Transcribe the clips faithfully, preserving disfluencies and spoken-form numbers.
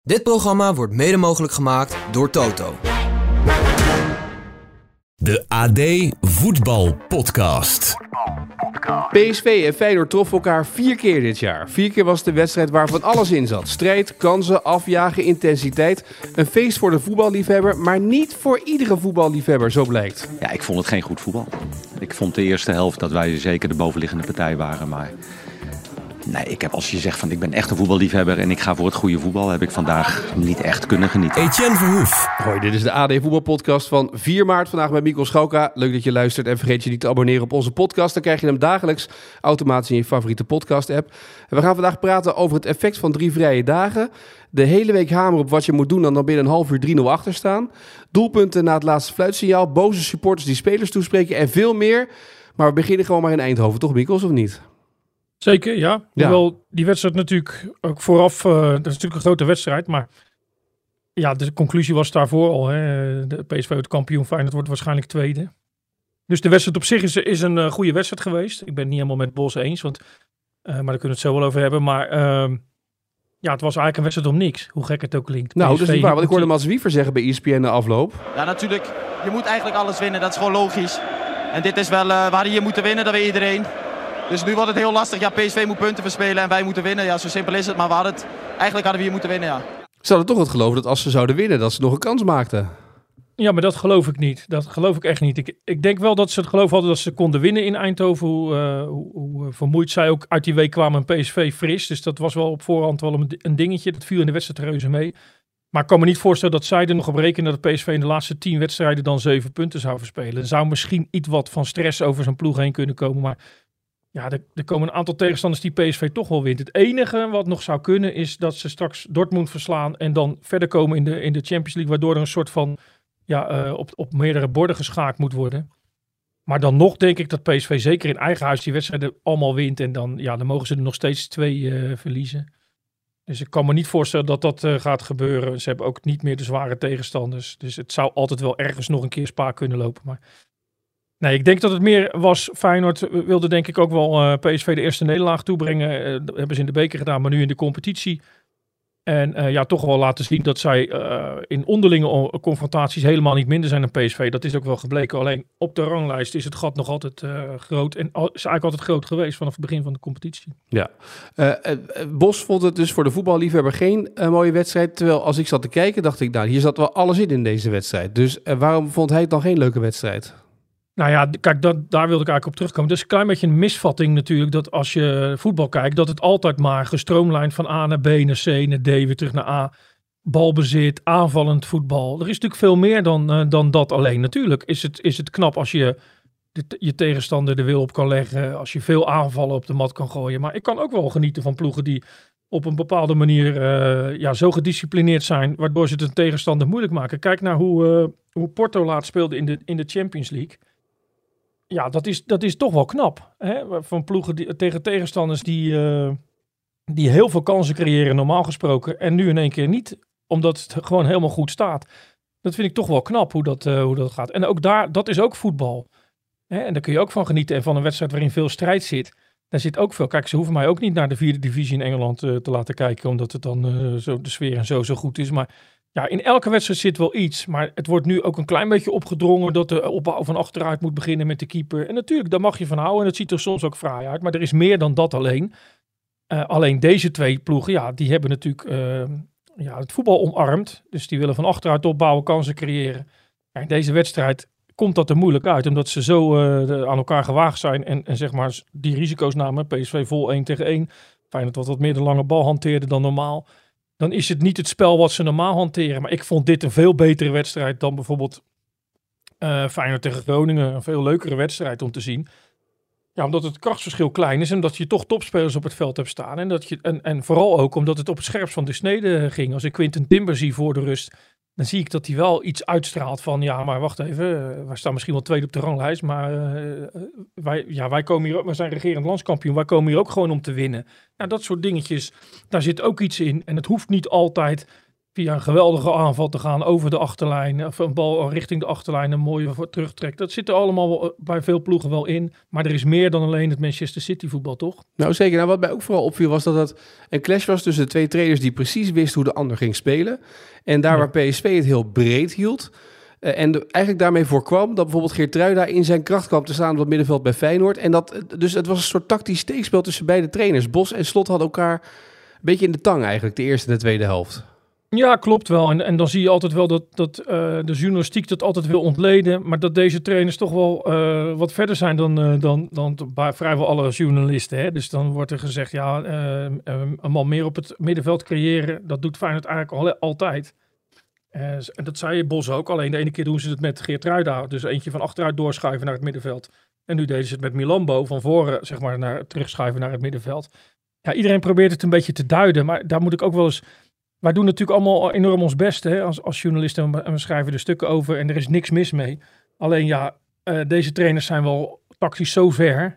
Dit programma wordt mede mogelijk gemaakt door Toto. De A D Voetbal Podcast. P S V en Feyenoord troffen elkaar vier keer dit jaar. Vier keer was het de wedstrijd waar van alles in zat. Strijd, kansen, afjagen, intensiteit. Een feest voor de voetballiefhebber, maar niet voor iedere voetballiefhebber, zo blijkt. Ja, ik vond het geen goed voetbal. Ik vond de eerste helft dat wij zeker de bovenliggende partij waren, maar... Nee, ik heb, als je zegt van ik ben echt een voetballiefhebber en ik ga voor het goede voetbal, heb ik vandaag niet echt kunnen genieten. Etienne Verhoef. Hoi, dit is de A D Voetbalpodcast van vier maart. Vandaag met Mikkel Schauka. Leuk dat je luistert en vergeet je niet te abonneren op onze podcast. Dan krijg je hem dagelijks automatisch in je favoriete podcast-app. En we gaan vandaag praten over het effect van drie vrije dagen. De hele week hameren op wat je moet doen en dan binnen een half uur drie nul achter staan. Doelpunten na het laatste fluitsignaal. Boze supporters die spelers toespreken en veel meer. Maar we beginnen gewoon maar in Eindhoven, toch Mikkels, of niet? Zeker, ja. Ja. Hoewel die wedstrijd natuurlijk ook vooraf, uh, dat is natuurlijk een grote wedstrijd, maar ja, de conclusie was daarvoor al. Hè. De P S V wordt kampioen, Feyenoord wordt waarschijnlijk tweede. Dus de wedstrijd op zich is, is een uh, goede wedstrijd geweest. Ik ben het niet helemaal met Bos eens, want, uh, maar daar kunnen we het zo wel over hebben. Maar uh, ja, het was eigenlijk een wedstrijd om niks, hoe gek het ook klinkt. Nou, P S V dat is niet waar, want ik hoorde moet- Mats Wiever zeggen bij E S P N na afloop. Ja, natuurlijk. Je moet eigenlijk alles winnen. Dat is gewoon logisch. En dit is wel, uh, we hadden hier moeten winnen, dat weet iedereen. Dus nu wordt het heel lastig. Ja, P S V moet punten verspelen en wij moeten winnen. Ja, zo simpel is het. Maar we hadden het, eigenlijk hadden we hier moeten winnen, ja. Ze hadden toch het geloof dat als ze zouden winnen, dat ze nog een kans maakten. Ja, maar dat geloof ik niet. Dat geloof ik echt niet. Ik, ik denk wel dat ze het geloof hadden dat ze konden winnen in Eindhoven. Hoe, uh, hoe, hoe vermoeid zij ook uit die week kwamen en P S V fris. Dus dat was wel op voorhand wel een, een dingetje. Dat viel in de wedstrijd reuze mee. Maar ik kan me niet voorstellen dat zij er nog op rekenen dat de P S V in de laatste tien wedstrijden dan zeven punten zou verspelen. Er zou misschien iets wat van stress over zijn ploeg heen kunnen komen. Maar ja, er, er komen een aantal tegenstanders die P S V toch wel wint. Het enige wat nog zou kunnen is dat ze straks Dortmund verslaan en dan verder komen in de, in de Champions League. Waardoor er een soort van ja, uh, op, op meerdere borden geschaakt moet worden. Maar dan nog denk ik dat P S V zeker in eigen huis die wedstrijden allemaal wint. En dan, ja, dan mogen ze er nog steeds twee uh, verliezen. Dus ik kan me niet voorstellen dat dat uh, gaat gebeuren. Ze hebben ook niet meer de zware tegenstanders. Dus het zou altijd wel ergens nog een keer spaak kunnen lopen. Maar nee, ik denk dat het meer was. Feyenoord wilde denk ik ook wel uh, P S V de eerste nederlaag toebrengen. Uh, dat hebben ze in de beker gedaan, maar nu in de competitie. En uh, ja, toch wel laten zien dat zij uh, in onderlinge o- confrontaties helemaal niet minder zijn dan P S V. Dat is ook wel gebleken. Alleen op de ranglijst is het gat nog altijd uh, groot. En al, is eigenlijk altijd groot geweest vanaf het begin van de competitie. Ja. Uh, uh, Bos vond het dus voor de voetballiefhebber geen uh, mooie wedstrijd. Terwijl als ik zat te kijken, dacht ik, nou, hier zat wel alles in in deze wedstrijd. Dus uh, waarom vond hij het dan geen leuke wedstrijd? Nou ja, kijk, dat, daar wilde ik eigenlijk op terugkomen. Dat is een klein beetje een misvatting natuurlijk, dat als je voetbal kijkt, dat het altijd maar gestroomlijnd van A naar B, naar C, naar D, weer terug naar A. Balbezit, aanvallend voetbal. Er is natuurlijk veel meer dan, uh, dan dat alleen. Natuurlijk is het, is het knap als je de, je tegenstander de wil op kan leggen, als je veel aanvallen op de mat kan gooien. Maar ik kan ook wel genieten van ploegen die op een bepaalde manier uh, ja, zo gedisciplineerd zijn, waardoor ze het een tegenstander moeilijk maken. Kijk naar hoe, uh, hoe Porto laat speelde in de, in de Champions League. Ja, dat is, dat is toch wel knap. Hè? Van ploegen die, tegen tegenstanders die, uh, die heel veel kansen creëren, normaal gesproken. En nu in één keer niet, omdat het gewoon helemaal goed staat. Dat vind ik toch wel knap hoe dat, uh, hoe dat gaat. En ook daar, dat is ook voetbal. Hè? En daar kun je ook van genieten. En van een wedstrijd waarin veel strijd zit. Daar zit ook veel. Kijk, ze hoeven mij ook niet naar de vierde divisie in Engeland uh, te laten kijken. Omdat het dan uh, zo, de sfeer en zo zo goed is. Maar ja, in elke wedstrijd zit wel iets. Maar het wordt nu ook een klein beetje opgedrongen dat de opbouw van achteruit moet beginnen met de keeper. En natuurlijk, daar mag je van houden. En dat ziet er soms ook fraai uit. Maar er is meer dan dat alleen. Uh, alleen deze twee ploegen, ja, die hebben natuurlijk uh, ja, het voetbal omarmd. Dus die willen van achteruit opbouwen, kansen creëren. Ja, in deze wedstrijd komt dat er moeilijk uit. Omdat ze zo uh, de, aan elkaar gewaagd zijn. En, en zeg maar die risico's namen. P S V vol één tegen één. Feyenoord wat wat meer de lange bal hanteerde dan normaal. Dan is het niet het spel wat ze normaal hanteren. Maar ik vond dit een veel betere wedstrijd dan bijvoorbeeld uh, Feyenoord tegen Groningen. Een veel leukere wedstrijd om te zien. Ja, omdat het krachtsverschil klein is en omdat je toch topspelers op het veld hebt staan. En, dat je, en, en vooral ook omdat het op het scherpst van de snede ging. Als ik Quinten Timber zie voor de rust, dan zie ik dat hij wel iets uitstraalt van, ja, maar wacht even, uh, wij staan misschien wel tweede op de ranglijst, maar uh, wij, ja, wij komen hier ook, wij zijn regerend landskampioen, wij komen hier ook gewoon om te winnen. Nou, dat soort dingetjes, daar zit ook iets in. En het hoeft niet altijd via een geweldige aanval te gaan over de achterlijn. Of een bal richting de achterlijn, een mooie voor terugtrek. Dat zit er allemaal wel, bij veel ploegen wel in. Maar er is meer dan alleen het Manchester City voetbal, toch? Nou zeker. Nou, wat mij ook vooral opviel was dat het een clash was tussen de twee trainers die precies wisten hoe de ander ging spelen. En daar Ja. waar P S V het heel breed hield. Uh, en de, eigenlijk daarmee voorkwam dat bijvoorbeeld Geertruida in zijn kracht kwam te staan op het middenveld bij Feyenoord. En dat, dus het was een soort tactisch steekspel tussen beide trainers. Bos en Slot hadden elkaar een beetje in de tang eigenlijk, de eerste en de tweede helft. Ja, klopt wel. En, en dan zie je altijd wel dat, dat uh, de journalistiek dat altijd wil ontleden. Maar dat deze trainers toch wel uh, wat verder zijn dan, uh, dan, dan bij vrijwel alle journalisten. Hè? Dus dan wordt er gezegd, ja, uh, uh, een man meer op het middenveld creëren. Dat doet Feyenoord eigenlijk al, altijd. Uh, en dat zei Bos ook. Alleen de ene keer doen ze het met Geertruida. Dus eentje van achteruit doorschuiven naar het middenveld. En nu deden ze het met Milambo van voren, zeg maar, naar, terugschuiven naar het middenveld. Ja, iedereen probeert het een beetje te duiden. Maar daar moet ik ook wel eens... Wij doen natuurlijk allemaal enorm ons best hè, als, als journalisten en we schrijven er stukken over en er is niks mis mee. Alleen ja, uh, deze trainers zijn wel tactisch zo ver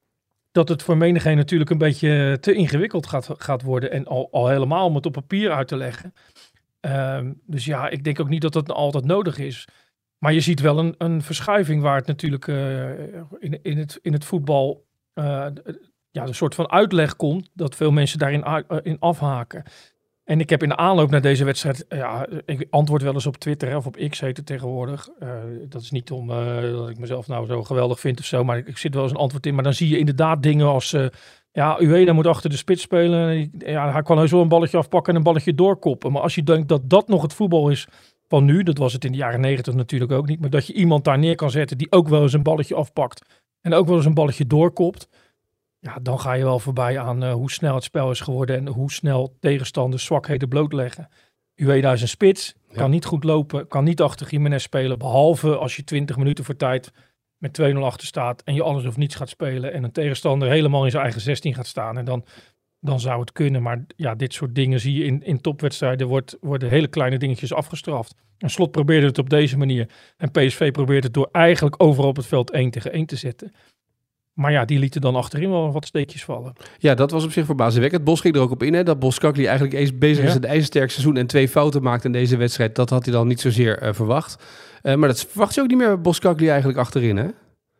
dat het voor menigeen natuurlijk een beetje te ingewikkeld gaat, gaat worden. En al, al helemaal om het op papier uit te leggen. Uh, dus ja, ik denk ook niet dat dat altijd nodig is. Maar je ziet wel een, een verschuiving waar het natuurlijk uh, in, in, het, in het voetbal uh, ja, een soort van uitleg komt dat veel mensen daarin uh, in afhaken. En ik heb in de aanloop naar deze wedstrijd, ja, ik antwoord wel eens op Twitter hè, of op X heet het tegenwoordig. Uh, dat is niet om uh, dat ik mezelf nou zo geweldig vind of zo, maar ik, ik zit wel eens een antwoord in. Maar dan zie je inderdaad dingen als, uh, ja, Ueda moet achter de spits spelen. Ja, hij kan heus wel een balletje afpakken en een balletje doorkoppen. Maar als je denkt dat dat nog het voetbal is van nu, dat was het in de jaren negentig natuurlijk ook niet, maar dat je iemand daar neer kan zetten die ook wel eens een balletje afpakt en ook wel eens een balletje doorkopt. Ja, dan ga je wel voorbij aan uh, hoe snel het spel is geworden en hoe snel tegenstanders zwakheden blootleggen. Ueda is een spits, Ja. kan niet goed lopen, kan niet achter Gimenez spelen, behalve als je twintig minuten voor tijd met twee nul achter staat en je alles of niets gaat spelen en een tegenstander helemaal in zijn eigen zestien gaat staan. En dan, dan zou het kunnen, maar ja, dit soort dingen zie je in, in topwedstrijden, wordt, worden hele kleine dingetjes afgestraft. En Slot probeerde het op deze manier en P S V probeert het door eigenlijk overal op het veld één tegen één te zetten. Maar ja, die lieten dan achterin wel wat steekjes vallen. Ja, dat was op zich verbazingwekkend. Bos ging er ook op in, hè, dat Boskakli eigenlijk eens bezig Ja. is met een ijzersterk seizoen en twee fouten maakt in deze wedstrijd. Dat had hij dan niet zozeer uh, verwacht. Uh, maar dat verwacht je ook niet meer bij Boskakli eigenlijk achterin, hè?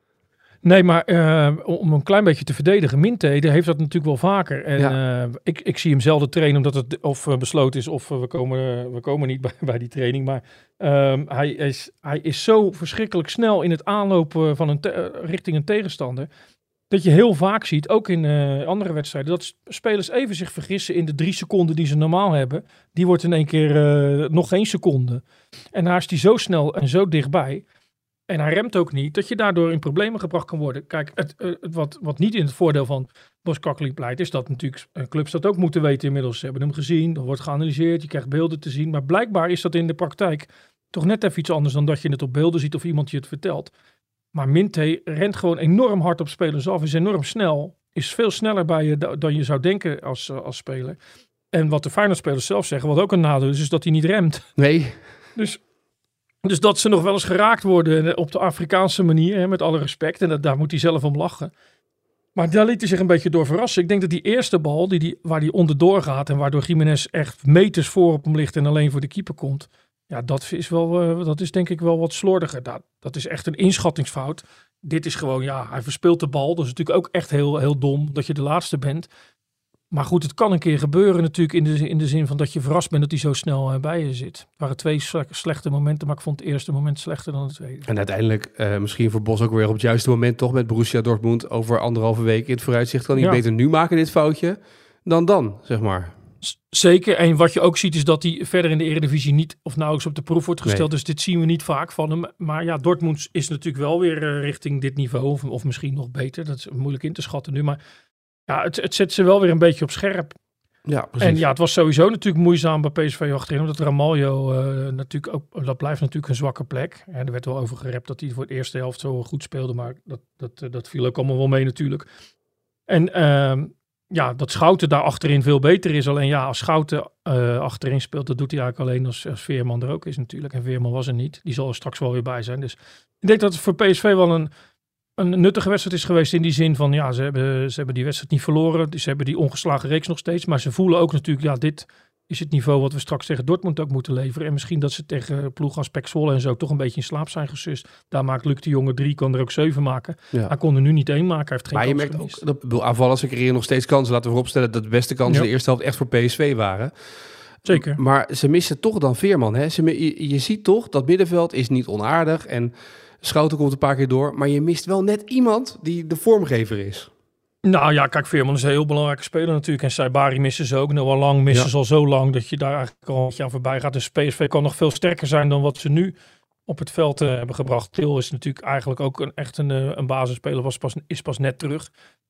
Nee, maar uh, om een klein beetje te verdedigen, Mintede heeft dat natuurlijk wel vaker. En Ja. uh, ik, ik zie hem zelden trainen omdat het of uh, besloten is of uh, we, komen, uh, we komen niet bij, bij die training. Maar um, hij, is, hij is zo verschrikkelijk snel in het aanlopen van een te- richting een tegenstander. Dat je heel vaak ziet, ook in uh, andere wedstrijden, dat spelers even zich vergissen in de drie seconden die ze normaal hebben. Die wordt in één keer uh, nog geen seconde. En daar is hij zo snel en zo dichtbij. En hij remt ook niet, dat je daardoor in problemen gebracht kan worden. Kijk, het, uh, het wat, wat niet in het voordeel van Boskakli pleit, is dat natuurlijk uh, clubs dat ook moeten weten inmiddels. Ze hebben hem gezien, er wordt geanalyseerd, je krijgt beelden te zien. Maar blijkbaar is dat in de praktijk toch net even iets anders dan dat je het op beelden ziet of iemand je het vertelt. Maar Minte rent gewoon enorm hard op spelers af, is enorm snel, is veel sneller bij je da- dan je zou denken als, uh, als speler. En wat de Feyenoord-spelers zelf zeggen, wat ook een nadeel is, is dat hij niet remt. Nee. Dus... Dus dat ze nog wel eens geraakt worden op de Afrikaanse manier, hè, met alle respect. En dat, daar moet hij zelf om lachen. Maar daar liet hij zich een beetje door verrassen. Ik denk dat die eerste bal, die die, waar hij onderdoor gaat en waardoor Gimenez echt meters voor op hem ligt en alleen voor de keeper komt. Ja, dat is, wel, uh, dat is denk ik wel wat slordiger. Dat, dat is echt een inschattingsfout. Dit is gewoon, ja, hij verspeelt de bal. Dat is natuurlijk ook echt heel, heel dom dat je de laatste bent. Maar goed, het kan een keer gebeuren natuurlijk in de, in de zin van dat je verrast bent dat hij zo snel uh, bij je zit. Het waren twee sle- slechte momenten, maar ik vond het eerste moment slechter dan het tweede. En uiteindelijk, uh, misschien voor Bos ook weer op het juiste moment toch met Borussia Dortmund over anderhalve week in het vooruitzicht. Kan hij Ja. beter nu maken dit foutje dan dan, zeg maar. Z- Zeker. En wat je ook ziet is dat hij verder in de Eredivisie niet of nauwelijks op de proef wordt gesteld. Nee. Dus dit zien we niet vaak van hem. Maar ja, Dortmund is natuurlijk wel weer uh, richting dit niveau. Of, of misschien nog beter. Dat is moeilijk in te schatten nu. Maar ja, het, het zet ze wel weer een beetje op scherp. Ja, precies. En ja, het was sowieso natuurlijk moeizaam bij P S V achterin. Omdat Ramaljo uh, natuurlijk ook, dat blijft natuurlijk een zwakke plek. En er werd wel over gerept dat hij voor de eerste helft zo goed speelde. Maar dat, dat, uh, dat viel ook allemaal wel mee natuurlijk. En uh, ja, dat Schouten daar achterin veel beter is. Alleen ja, als Schouten uh, achterin speelt, dat doet hij eigenlijk alleen als, als Veerman er ook is natuurlijk. En Veerman was er niet. Die zal er straks wel weer bij zijn. Dus ik denk dat het voor P S V wel een... een nuttige wedstrijd is geweest in die zin van, ja, ze hebben, ze hebben die wedstrijd niet verloren. Ze hebben die ongeslagen reeks nog steeds. Maar ze voelen ook natuurlijk, ja, dit is het niveau wat we straks tegen Dortmund ook moeten leveren. En misschien dat ze tegen ploeg als P E C Zwolle en zo toch een beetje in slaap zijn gesust. Daar maakt Luc de Jonge drie, kan er ook zeven maken. Ja. Hij kon er nu niet één maken, hij heeft geen Maar je kans merkt gemist. ook, dat, bedoel, aanvallers ze creëren nog steeds kansen. Laten we vooropstellen dat de beste kansen Ja. de eerste helft echt voor P S V waren. Zeker. Maar ze missen toch dan Veerman. Hè? Ze, je, je ziet toch, dat middenveld is niet onaardig. En Schouten komt een paar keer door. Maar je mist wel net iemand die de vormgever is. Nou ja, kijk, Veerman is een heel belangrijke speler natuurlijk. En Saibari missen ze ook. Noah Lang missen Ja. ze al zo lang dat je daar eigenlijk al een beetje aan voorbij gaat. Dus P S V kan nog veel sterker zijn dan wat ze nu op het veld uh, hebben gebracht. Til is natuurlijk eigenlijk ook een, echt een, uh, een basisspeler, was pas, is pas net terug.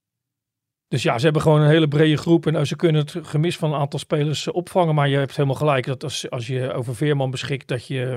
Dus ja, ze hebben gewoon een hele brede groep. En uh, ze kunnen het gemis van een aantal spelers uh, opvangen. Maar je hebt helemaal gelijk dat als, als je over Veerman beschikt, dat je...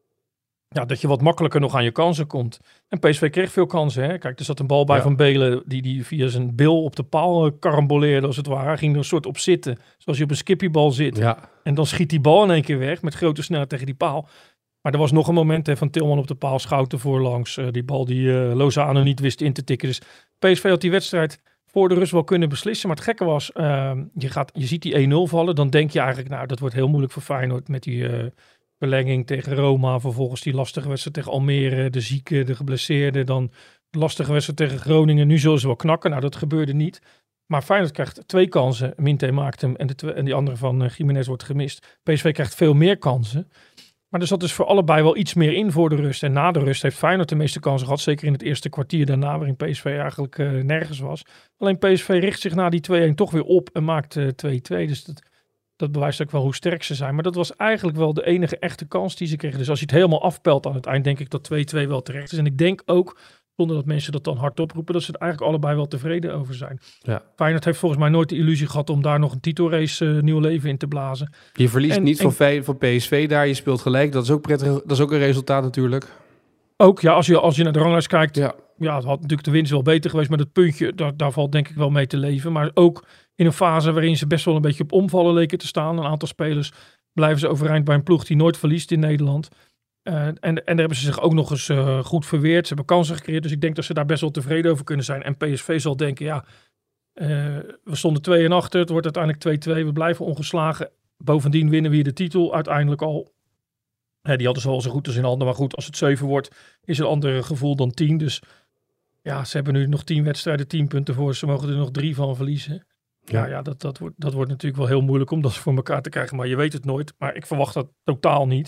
Ja, dat je wat makkelijker nog aan je kansen komt. En P S V kreeg veel kansen. Hè? Kijk, er zat een bal bij Ja. Van Belen die, die via zijn bil op de paal uh, karamboleerde als het ware. Hij ging er een soort op zitten, zoals je op een skippiebal zit. Ja. En dan schiet die bal in één keer weg met grote snelheid tegen die paal. Maar er was nog een moment hè, van Tilman op de paal, Schouten voorlangs. Uh, die bal die uh, Lozano niet wist in te tikken. Dus P S V had die wedstrijd voor de rust wel kunnen beslissen. Maar het gekke was, uh, je, gaat, je ziet die één nul vallen. Dan denk je eigenlijk, nou dat wordt heel moeilijk voor Feyenoord met die... Uh, verlenging tegen Roma, vervolgens die lastige wedstrijd tegen Almere, de zieke, de geblesseerde, dan de lastige wedstrijd tegen Groningen. Nu zullen ze wel knakken. Nou, dat gebeurde niet. Maar Feyenoord krijgt twee kansen. Minte maakt hem en, de twe- en die andere van uh, Gimenez wordt gemist. P S V krijgt veel meer kansen. Maar er zat dus voor allebei wel iets meer in voor de rust. En na de rust heeft Feyenoord de meeste kansen gehad. Zeker in het eerste kwartier daarna, waarin P S V eigenlijk uh, nergens was. Alleen P S V richt zich na die twee-een toch weer op en maakt uh, twee-twee. Dus dat... Dat bewijst ook wel hoe sterk ze zijn. Maar dat was eigenlijk wel de enige echte kans die ze kregen. Dus als je het helemaal afpelt aan het eind, denk ik dat twee-twee wel terecht is. En ik denk ook, zonder dat mensen dat dan hardop roepen, dat ze er eigenlijk allebei wel tevreden over zijn. Ja. Feyenoord heeft volgens mij nooit de illusie gehad om daar nog een titelrace uh, nieuw leven in te blazen. Je verliest En- niet en- van, Fey- van P S V daar. Je speelt gelijk. Dat is ook prettig. Dat is ook een resultaat natuurlijk. Ook ja, als je, als je naar de ranglijst kijkt, Ja. ja, het had natuurlijk de winst wel beter geweest, maar dat puntje, daar, daar valt denk ik wel mee te leven. Maar ook in een fase waarin ze best wel een beetje op omvallen leken te staan. Een aantal spelers blijven ze overeind bij een ploeg die nooit verliest in Nederland. Uh, en, en daar hebben ze zich ook nog eens uh, goed verweerd. Ze hebben kansen gecreëerd, dus ik denk dat ze daar best wel tevreden over kunnen zijn. En P S V zal denken, ja, uh, we stonden twee en achter, het wordt uiteindelijk twee-twee, we blijven ongeslagen. Bovendien winnen we hier de titel uiteindelijk al. Ja, die hadden ze al zo goed als in handen, maar goed, als het zeven wordt, is een ander gevoel dan tien. Dus ja, ze hebben nu nog tien wedstrijden, tien punten voor. Ze mogen er nog drie van verliezen. Ja, ja, ja dat, dat, wordt, dat wordt natuurlijk wel heel moeilijk om dat voor elkaar te krijgen. Maar je weet het nooit. Maar ik verwacht dat totaal niet.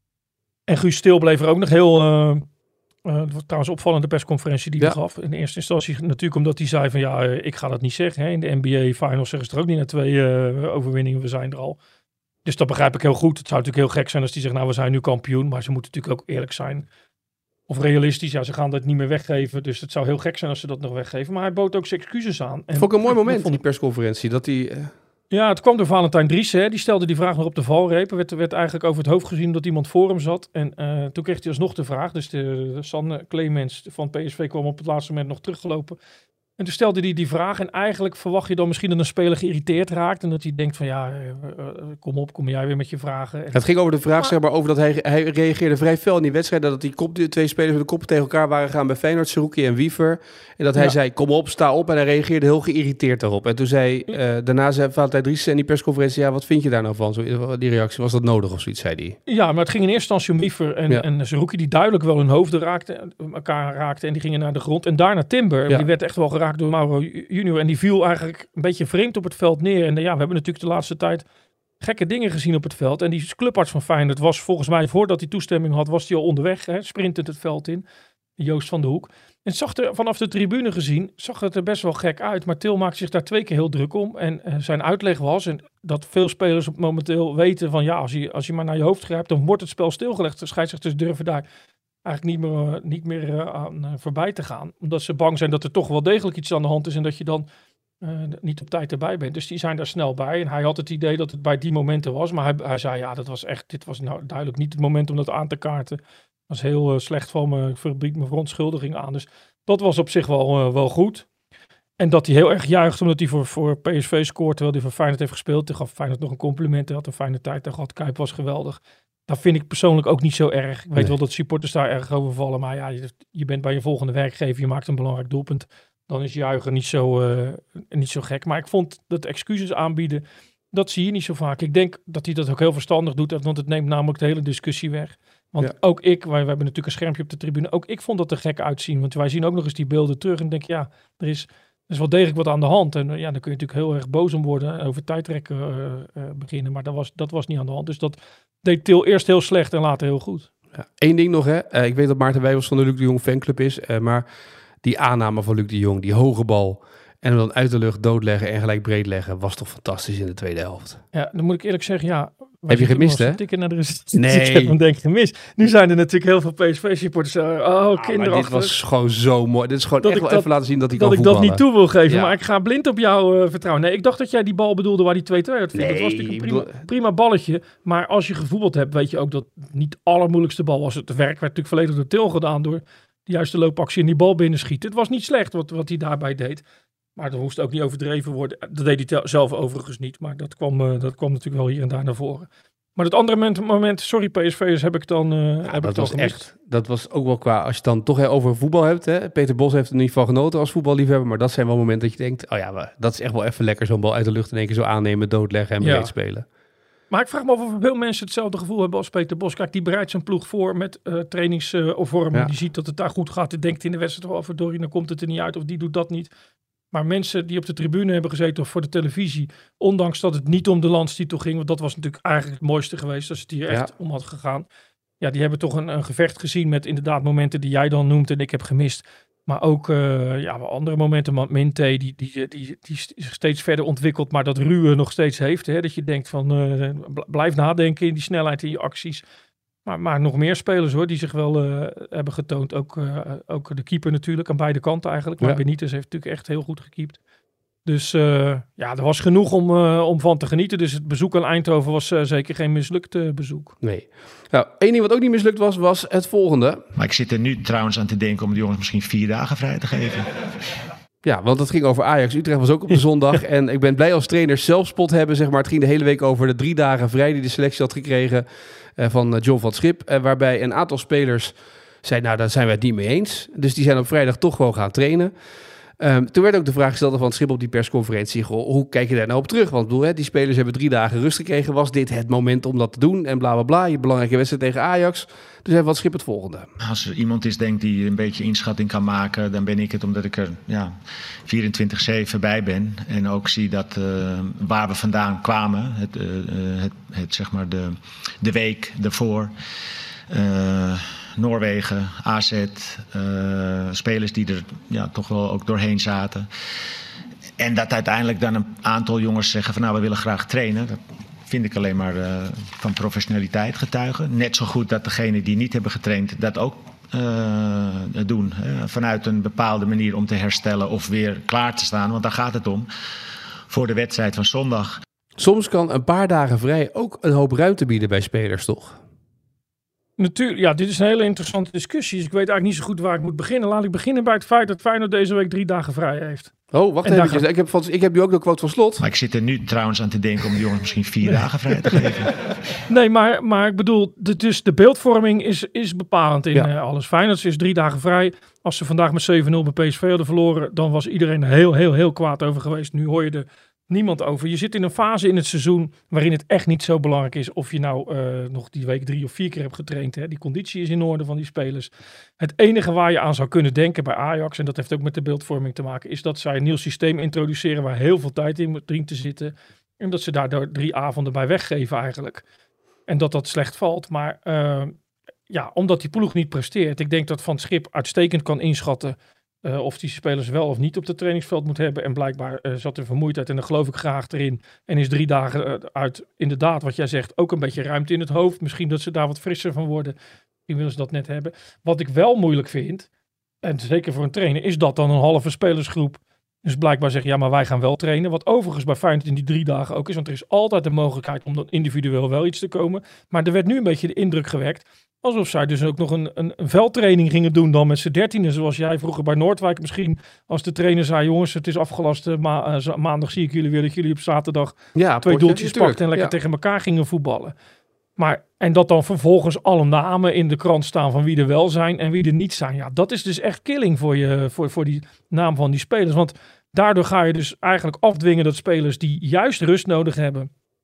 En Guus Til bleef er ook nog heel... Uh, uh, het was trouwens opvallende persconferentie die hij Ja. gaf. In eerste instantie natuurlijk omdat hij zei van ja, uh, ik ga dat niet zeggen. Hè. In de N B A Finals zeggen ze er ook niet na twee uh, overwinningen, we zijn er al. Dus dat begrijp ik heel goed. Het zou natuurlijk heel gek zijn als die zegt, nou we zijn nu kampioen. Maar ze moeten natuurlijk ook eerlijk zijn. Of realistisch, ja, ze gaan dat niet meer weggeven. Dus het zou heel gek zijn als ze dat nog weggeven. Maar hij bood ook zijn excuses aan. En Vond ik een mooi dat moment, vond die persconferentie. Dat die, uh, Ja, het kwam door Valentijn Driessen. Hè. Die stelde die vraag nog op de valreep. Er werd, werd eigenlijk over het hoofd gezien dat iemand voor hem zat. En uh, toen kreeg hij alsnog de vraag. Dus de, de Sanne Clemens van P S V kwam op het laatste moment nog teruggelopen. En toen stelde hij die vraag. En eigenlijk verwacht je dan misschien dat een speler geïrriteerd raakt. En dat hij denkt van ja, uh, uh, kom op, kom jij weer met je vragen. En het ging over de vraag, zeg maar, over dat hij, hij reageerde vrij fel in die wedstrijd. Dat die kop, de twee spelers met de koppen tegen elkaar waren gaan bij Feyenoord, Seruki en Wiever. En dat hij Ja. zei, kom op, sta op. En hij reageerde heel geïrriteerd daarop. En toen zei, uh, daarna zei Valentijn Driessen in die persconferentie, ja, wat vind je daar nou van? Zo, die reactie, was dat nodig of zoiets, zei hij. Ja, maar het ging in eerste instantie om Wiever en, Ja. en Seruki die duidelijk wel hun hoofden raakten, elkaar raakten en die gingen naar de grond. En daarna Timber, Ja. die werd echt wel geraakt door Mauro Junior en die viel eigenlijk een beetje vreemd op het veld neer. En uh, ja, we hebben natuurlijk de laatste tijd gekke dingen gezien op het veld. En die clubarts van Feyenoord was volgens mij, voordat hij toestemming had, was hij al onderweg, hè, sprintend het veld in. Joost van de Hoek. En het zag er vanaf de tribune gezien, zag het er best wel gek uit. Maar Til maakt zich daar twee keer heel druk om. En uh, zijn uitleg was, en dat veel spelers op momenteel weten van ja, als je, als je maar naar je hoofd grijpt, dan wordt het spel stilgelegd. De scheidsrechters durven daar eigenlijk niet meer, uh, niet meer uh, aan uh, voorbij te gaan. Omdat ze bang zijn dat er toch wel degelijk iets aan de hand is en dat je dan uh, niet op tijd erbij bent. Dus die zijn daar snel bij. En hij had het idee dat het bij die momenten was. Maar hij, hij zei ja, dat was echt, dit was nou duidelijk niet het moment om dat aan te kaarten. Dat was heel uh, slecht van me. Ik verbied me verontschuldiging aan. Dus dat was op zich wel, uh, wel goed. En dat hij heel erg juicht omdat hij voor, voor P S V scoort. Terwijl hij voor Feyenoord heeft gespeeld. Toen gaf Feyenoord nog een compliment. Hij had een fijne tijd daar gehad. Kuip was geweldig. Dat vind ik persoonlijk ook niet zo erg. Ik weet Nee. wel dat supporters daar erg over vallen. Maar ja, je, je bent bij je volgende werkgever. Je maakt een belangrijk doelpunt. Dan is juichen niet zo, uh, niet zo gek. Maar ik vond dat excuses aanbieden. dat zie je niet zo vaak. Ik denk dat hij dat ook heel verstandig doet, want het neemt namelijk de hele discussie weg. Want Ja. ook ik, wij, we hebben natuurlijk een schermpje op de tribune, ook ik vond dat er gek uitzien. Want wij zien ook nog eens die beelden terug en denk ja, er is, er is wel degelijk wat aan de hand. En uh, ja, dan kun je natuurlijk heel erg boos om worden en over tijdrekken uh, uh, beginnen. Maar dat was, dat was niet aan de hand. Dus dat deed Til eerst heel slecht en later heel goed. Ja, Eén ding nog, hè. Uh, ik weet dat Maarten Wijbels van de Luc de Jong fanclub is. Uh, maar die aanname van Luc de Jong, die hoge bal en hem dan uit de lucht doodleggen en gelijk breed leggen, was toch fantastisch in de tweede helft. Ja, dan moet ik eerlijk zeggen, ja. Heb je gemist, hè? Ik naar de resultaten. Nee. Ik heb hem denk ik gemist. Nu zijn er natuurlijk heel veel P S V-supporters. Uh, oh, Ah, kinderachtig. maar dit was gewoon zo mooi. Dit is gewoon Dat echt ik wel dat- even laten zien dat hij dat kan ik dat voetballen. niet toe wil geven, Ja. maar ik ga blind op jou uh, vertrouwen. Nee, ik dacht dat jij die bal bedoelde waar die twee-twee uit viel. Nee, dat was natuurlijk een ik prima, prima balletje. Maar als je gevoetbald hebt, weet je ook dat het niet de allermoeilijkste bal was. Het werk werd natuurlijk volledig door Til gedaan door de juiste loopactie en die bal binnenschieten. Het was niet slecht wat, wat hij daarbij deed. Maar dat moest ook niet overdreven worden. Dat deed hij tel- zelf overigens niet. Maar dat kwam, uh, dat kwam natuurlijk wel hier en daar naar voren. Maar het andere moment, moment sorry P S V'ers, heb ik dan, uh, heb ik dat dan was gemist. echt, dat was ook wel qua, als je het dan toch hè, over voetbal hebt. Hè. Peter Bos heeft er in ieder geval genoten als voetballiefhebber. Maar dat zijn wel momenten dat je denkt, oh ja, maar dat is echt wel even lekker zo'n bal uit de lucht in één keer zo aannemen, doodleggen en Ja. breed spelen. Maar ik vraag me af of veel mensen hetzelfde gevoel hebben als Peter Bos. Kijk, die bereidt zijn ploeg voor met uh, trainingsvormen. Ja. Die ziet dat het daar goed gaat. Die denkt in de wedstrijd, oh, verdorie, dan komt het er niet uit. Of die doet dat niet. Maar mensen die op de tribune hebben gezeten of voor de televisie, ondanks dat het niet om de landstitel ging, want dat was natuurlijk eigenlijk het mooiste geweest als het hier echt Ja. om had gegaan. Ja, die hebben toch een, een gevecht gezien met inderdaad momenten die jij dan noemt en ik heb gemist. Maar ook uh, ja, andere momenten, Minte, die, die, die, die, die zich steeds verder ontwikkelt, maar dat ruwe nog steeds heeft. Hè? Dat je denkt van, uh, blijf nadenken in die snelheid in je acties. Maar, maar nog meer spelers hoor, die zich wel uh, hebben getoond. Ook, uh, ook de keeper natuurlijk, aan beide kanten eigenlijk. Maar Ja. Benitez heeft natuurlijk echt heel goed gekiept. Dus uh, ja, er was genoeg om, uh, om van te genieten. Dus het bezoek aan Eindhoven was uh, zeker geen mislukt uh, bezoek. Nee. Nou, één ding wat ook niet mislukt was, was het volgende. Maar ik zit er nu trouwens aan te denken om de jongens misschien vier dagen vrij te geven. Ja, want het ging over Ajax. Utrecht was ook op de zondag. En ik ben blij als trainers zelfspot hebben, zeg maar. Het ging de hele week over de drie dagen vrij die de selectie had gekregen uh, van uh, John van 't Schip. Uh, waarbij een aantal spelers zei, nou, daar zijn wij het niet mee eens. Dus die zijn op vrijdag toch gewoon gaan trainen. Um, toen werd ook de vraag gesteld van Schip op die persconferentie. Goh, hoe kijk je daar nou op terug? Want bedoel, hè, die spelers hebben drie dagen rust gekregen. Was dit het moment om dat te doen? En bla bla bla. Je belangrijke wedstrijd tegen Ajax. Dus hij wat Schip het volgende. Als er iemand is denk die een beetje inschatting kan maken, dan ben ik het, omdat ik er ja, vierentwintig zeven bij ben. En ook zie dat uh, waar we vandaan kwamen, het, uh, het, het, zeg maar de, de week daarvoor. Uh, Noorwegen, A Z, uh, spelers die er ja, toch wel ook doorheen zaten. En dat uiteindelijk dan een aantal jongens zeggen van nou, we willen graag trainen. Dat vind ik alleen maar uh, van professionaliteit getuigen. Net zo goed dat degenen die niet hebben getraind dat ook uh, doen. Hè, vanuit een bepaalde manier om te herstellen of weer klaar te staan. Want daar gaat het om voor de wedstrijd van zondag. Soms kan een paar dagen vrij ook een hoop ruimte bieden bij spelers, toch? Natuurlijk, ja, dit is een hele interessante discussie. Dus ik weet eigenlijk niet zo goed waar ik moet beginnen. Laat ik beginnen bij het feit dat Feyenoord deze week drie dagen vrij heeft. Oh, wacht En even. daar gaat- Ik heb, van, ik heb nu ook de quote van Slot. Maar ik zit er nu trouwens aan te denken om de jongens misschien vier dagen vrij te geven. Nee, maar, maar ik bedoel, de, dus de beeldvorming is, is bepalend in Ja. eh, alles. Feyenoord is drie dagen vrij. Als ze vandaag met zeven nul bij P S V hadden verloren, dan was iedereen er heel, heel, heel kwaad over geweest. Nu hoor je er niemand over. Je zit in een fase in het seizoen waarin het echt niet zo belangrijk is of je nou uh, nog die week drie of vier keer hebt getraind. Hè. Die conditie is in orde van die spelers. Het enige waar je aan zou kunnen denken bij Ajax, en dat heeft ook met de beeldvorming te maken, is dat zij een nieuw systeem introduceren waar heel veel tijd in dient te zitten. En dat ze daardoor drie avonden bij weggeven eigenlijk. En dat dat slecht valt. Maar uh, ja, omdat die ploeg niet presteert. Ik denk dat Van 't Schip uitstekend kan inschatten Uh, of die spelers wel of niet op het trainingsveld moet hebben. En blijkbaar uh, zat er vermoeidheid en daar geloof ik graag erin. En is drie dagen uh, uit, inderdaad, wat jij zegt, ook een beetje ruimte in het hoofd. Misschien dat ze daar wat frisser van worden. Misschien willen ze dat net hebben. Wat ik wel moeilijk vind, en zeker voor een trainer, is dat dan een halve spelersgroep dus blijkbaar zeggen, ja, maar wij gaan wel trainen. Wat overigens bij Feyenoord in die drie dagen ook is. Want er is altijd de mogelijkheid om dan individueel wel iets te komen. Maar er werd nu een beetje de indruk gewekt alsof zij dus ook nog een, een, een veldtraining gingen doen dan met z'n dertienen. Zoals jij vroeger bij Noordwijk misschien. Als de trainer zei, jongens, het is afgelast. Uh, ma- uh, maandag zie ik jullie weer dat jullie op zaterdag Ja, twee potje, doeltjes tuurlijk. pakten en lekker Ja. tegen elkaar gingen voetballen. Maar, en dat dan vervolgens alle namen in de krant staan van wie er wel zijn en wie er niet zijn. Ja, dat is dus echt killing voor, je, voor, voor die naam van die spelers. Want daardoor ga je dus eigenlijk afdwingen dat spelers die juist rust nodig hebben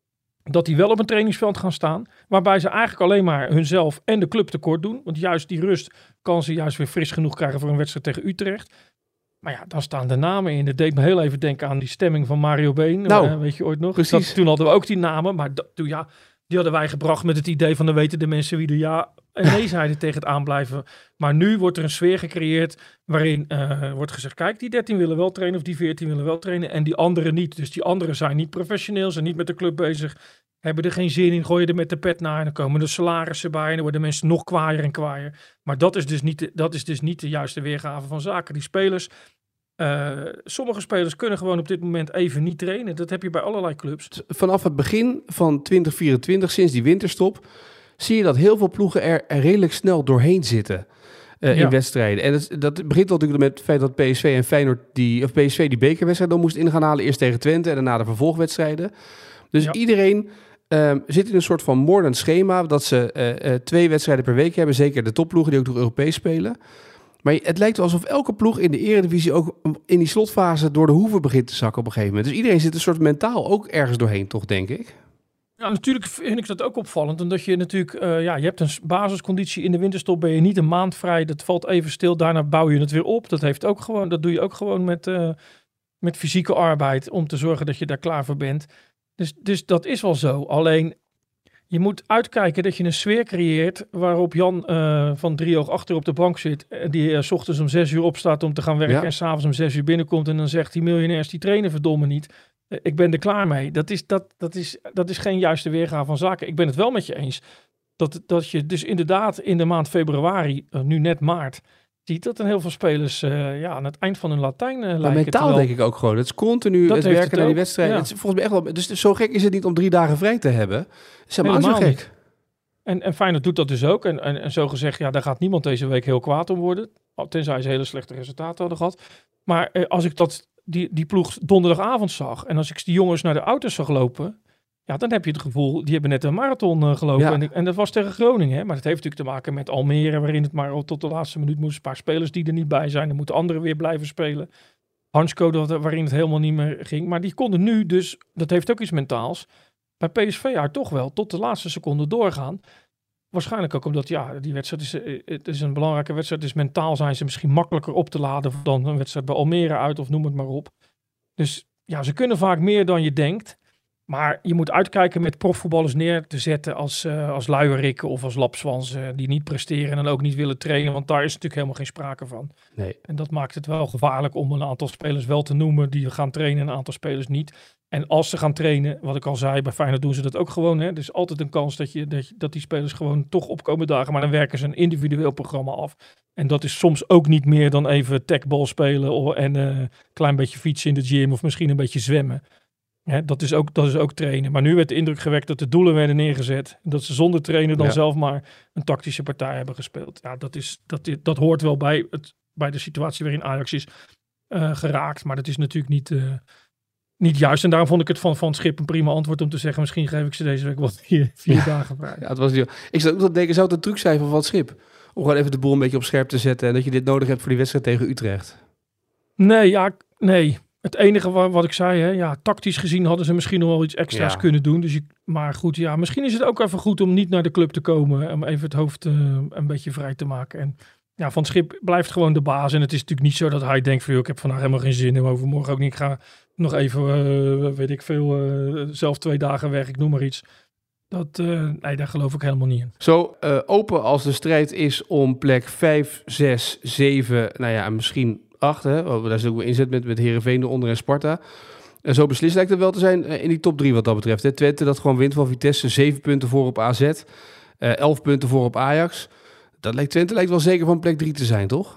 dat die wel op een trainingsveld gaan staan. Waarbij ze eigenlijk alleen maar hunzelf en de club tekort doen. Want juist die rust kan ze juist weer fris genoeg krijgen voor een wedstrijd tegen Utrecht. Maar ja, dan staan de namen in. Dat deed me heel even denken aan die stemming van Mario Been. Nou, uh, weet je ooit nog? precies. Dat, toen hadden we ook die namen. Maar dat, toen, ja, die hadden wij gebracht met het idee van... dan weten de mensen wie er ja en nee zeiden tegen het aanblijven. Maar nu wordt er een sfeer gecreëerd... waarin uh, wordt gezegd... kijk, die dertien willen wel trainen of die veertien willen wel trainen... en die anderen niet. Dus die anderen zijn niet professioneel, zijn niet met de club bezig... hebben er geen zin in, gooien er met de pet naar... en dan komen de salarissen bij... en dan worden mensen nog kwaaier en kwaaier. Maar dat is dus niet de, dat is dus niet de juiste weergave van zaken. Die spelers... Uh, sommige spelers kunnen gewoon op dit moment even niet trainen. Dat heb je bij allerlei clubs. Vanaf het begin van twintig vierentwintig, sinds die winterstop... zie je dat heel veel ploegen er, er redelijk snel doorheen zitten uh, Ja. in wedstrijden. En dat, dat begint natuurlijk met het feit dat P S V en Feyenoord... die, of P S V die bekerwedstrijd dan moest in gaan halen. Eerst tegen Twente en daarna de vervolgwedstrijden. Dus Ja. iedereen um, zit in een soort van moordend schema... dat ze uh, uh, twee wedstrijden per week hebben. Zeker de topploegen die ook nog Europees spelen... Maar het lijkt wel alsof elke ploeg in de Eredivisie ook in die slotfase door de hoeven begint te zakken op een gegeven moment. Dus iedereen zit een soort mentaal ook ergens doorheen, toch, denk ik? Ja, natuurlijk vind ik dat ook opvallend. Omdat je natuurlijk, uh, ja, je hebt een basisconditie in de winterstop, ben je niet een maand vrij. Dat valt even stil, daarna bouw je het weer op. Dat heeft ook gewoon, dat doe je ook gewoon met, uh, met fysieke arbeid om te zorgen dat je daar klaar voor bent. Dus, dus dat is wel zo. Alleen, je moet uitkijken dat je een sfeer creëert waarop Jan uh, van Driehoog achter op de bank zit. En die uh, 's ochtends om zes uur opstaat om te gaan werken Ja. en s'avonds om zes uur binnenkomt. En dan zegt die miljonairs, die trainen verdomme niet. Uh, ik ben er klaar mee. Dat is, dat, dat, is, dat is geen juiste weergave van zaken. Ik ben het wel met je eens. Dat, dat je dus inderdaad in de maand februari, uh, nu net maart, ziet dat een heel veel spelers uh, ja, aan het eind van hun Latijn uh, Maar lijken. mentaal terwijl- denk ik ook gewoon. Het is continu Dat het heeft werken het naar die ook, wedstrijden. ja. Het is volgens mij echt wel. Dus zo gek is het niet om drie dagen vrij te hebben. Het is helemaal niet zo Helemaal gek. En, en Feyenoord doet dat dus ook. En, en, en zo gezegd, ja, daar gaat niemand deze week heel kwaad om worden. Tenzij ze hele slechte resultaten hadden gehad. Maar eh, als ik dat, die, die ploeg donderdagavond zag... en als ik die jongens naar de auto's zag lopen... ja, dan heb je het gevoel, die hebben net een marathon uh, gelopen. Ja. En, en dat was tegen Groningen. Hè? Maar dat heeft natuurlijk te maken met Almere... waarin het maar tot de laatste minuut moest. Een paar spelers die er niet bij zijn. Dan moeten anderen weer blijven spelen. Hansko, dat, waarin het helemaal niet meer ging. Maar die konden nu dus, dat heeft ook iets mentaals... bij P S V haar toch wel tot de laatste seconde doorgaan. Waarschijnlijk ook omdat, ja, die wedstrijd is, eh, het is een belangrijke wedstrijd. Dus mentaal zijn ze misschien makkelijker op te laden dan een wedstrijd bij Almere uit of noem het maar op. Dus ja, ze kunnen vaak meer dan je denkt. Maar je moet uitkijken met profvoetballers neer te zetten als, uh, als luierikken of als lapswans uh, die niet presteren en dan ook niet willen trainen. Want daar is natuurlijk helemaal geen sprake van. Nee. En dat maakt het wel gevaarlijk om een aantal spelers wel te noemen die gaan trainen en een aantal spelers niet. En als ze gaan trainen, wat ik al zei, bij Feyenoord doen ze dat ook gewoon. Hè? Er is altijd een kans dat, je, dat, je, dat die spelers gewoon toch opkomen dagen. Maar dan werken ze een individueel programma af. En dat is soms ook niet meer dan even tackball spelen of, en een uh, klein beetje fietsen in de gym of misschien een beetje zwemmen. Hè, dat, is ook, dat is ook trainen. Maar nu werd de indruk gewekt dat de doelen werden neergezet. Dat ze zonder trainen dan Ja. zelf maar een tactische partij hebben gespeeld. Ja, dat, is, dat, dat hoort wel bij, het, bij de situatie waarin Ajax is uh, geraakt. Maar dat is natuurlijk niet... Uh, Niet juist. En daarom vond ik het van Van Schip een prima antwoord om te zeggen... misschien geef ik ze deze week wat vier, vier Ja. dagen vrij. Ja, het was niet. Ik zou ook dat denken, zou het een truc zijn van Van Schip? Om gewoon even de boel een beetje op scherp te zetten... en dat je dit nodig hebt voor die wedstrijd tegen Utrecht. Nee, ja, nee. Het enige wat, wat ik zei, hè, ja, tactisch gezien hadden ze misschien nog wel iets extra's Ja. kunnen doen. Dus je, maar goed, ja, misschien is het ook even goed om niet naar de club te komen... om even het hoofd uh, een beetje vrij te maken. En ja, Van Schip blijft gewoon de baas. En het is natuurlijk niet zo dat hij denkt van... Joh, ik heb vandaag helemaal geen zin in, overmorgen ook niet. Ik ga nog even, uh, weet ik veel, uh, zelf twee dagen weg, ik noem maar iets. Dat, uh, nee, daar geloof ik helemaal niet in. Zo uh, open als de strijd is om plek vijf, zes, zeven, nou ja, misschien acht. Hè? Oh, daar zit ook wel inzet met, met Heerenveen eronder en Sparta. En zo beslist lijkt het wel te zijn uh, in die top drie wat dat betreft. Hè? Twente dat gewoon wint van Vitesse, zeven punten voor op A Z, uh, elf punten voor op Ajax. Dat lijkt Twente lijkt wel zeker van plek drie te zijn, toch?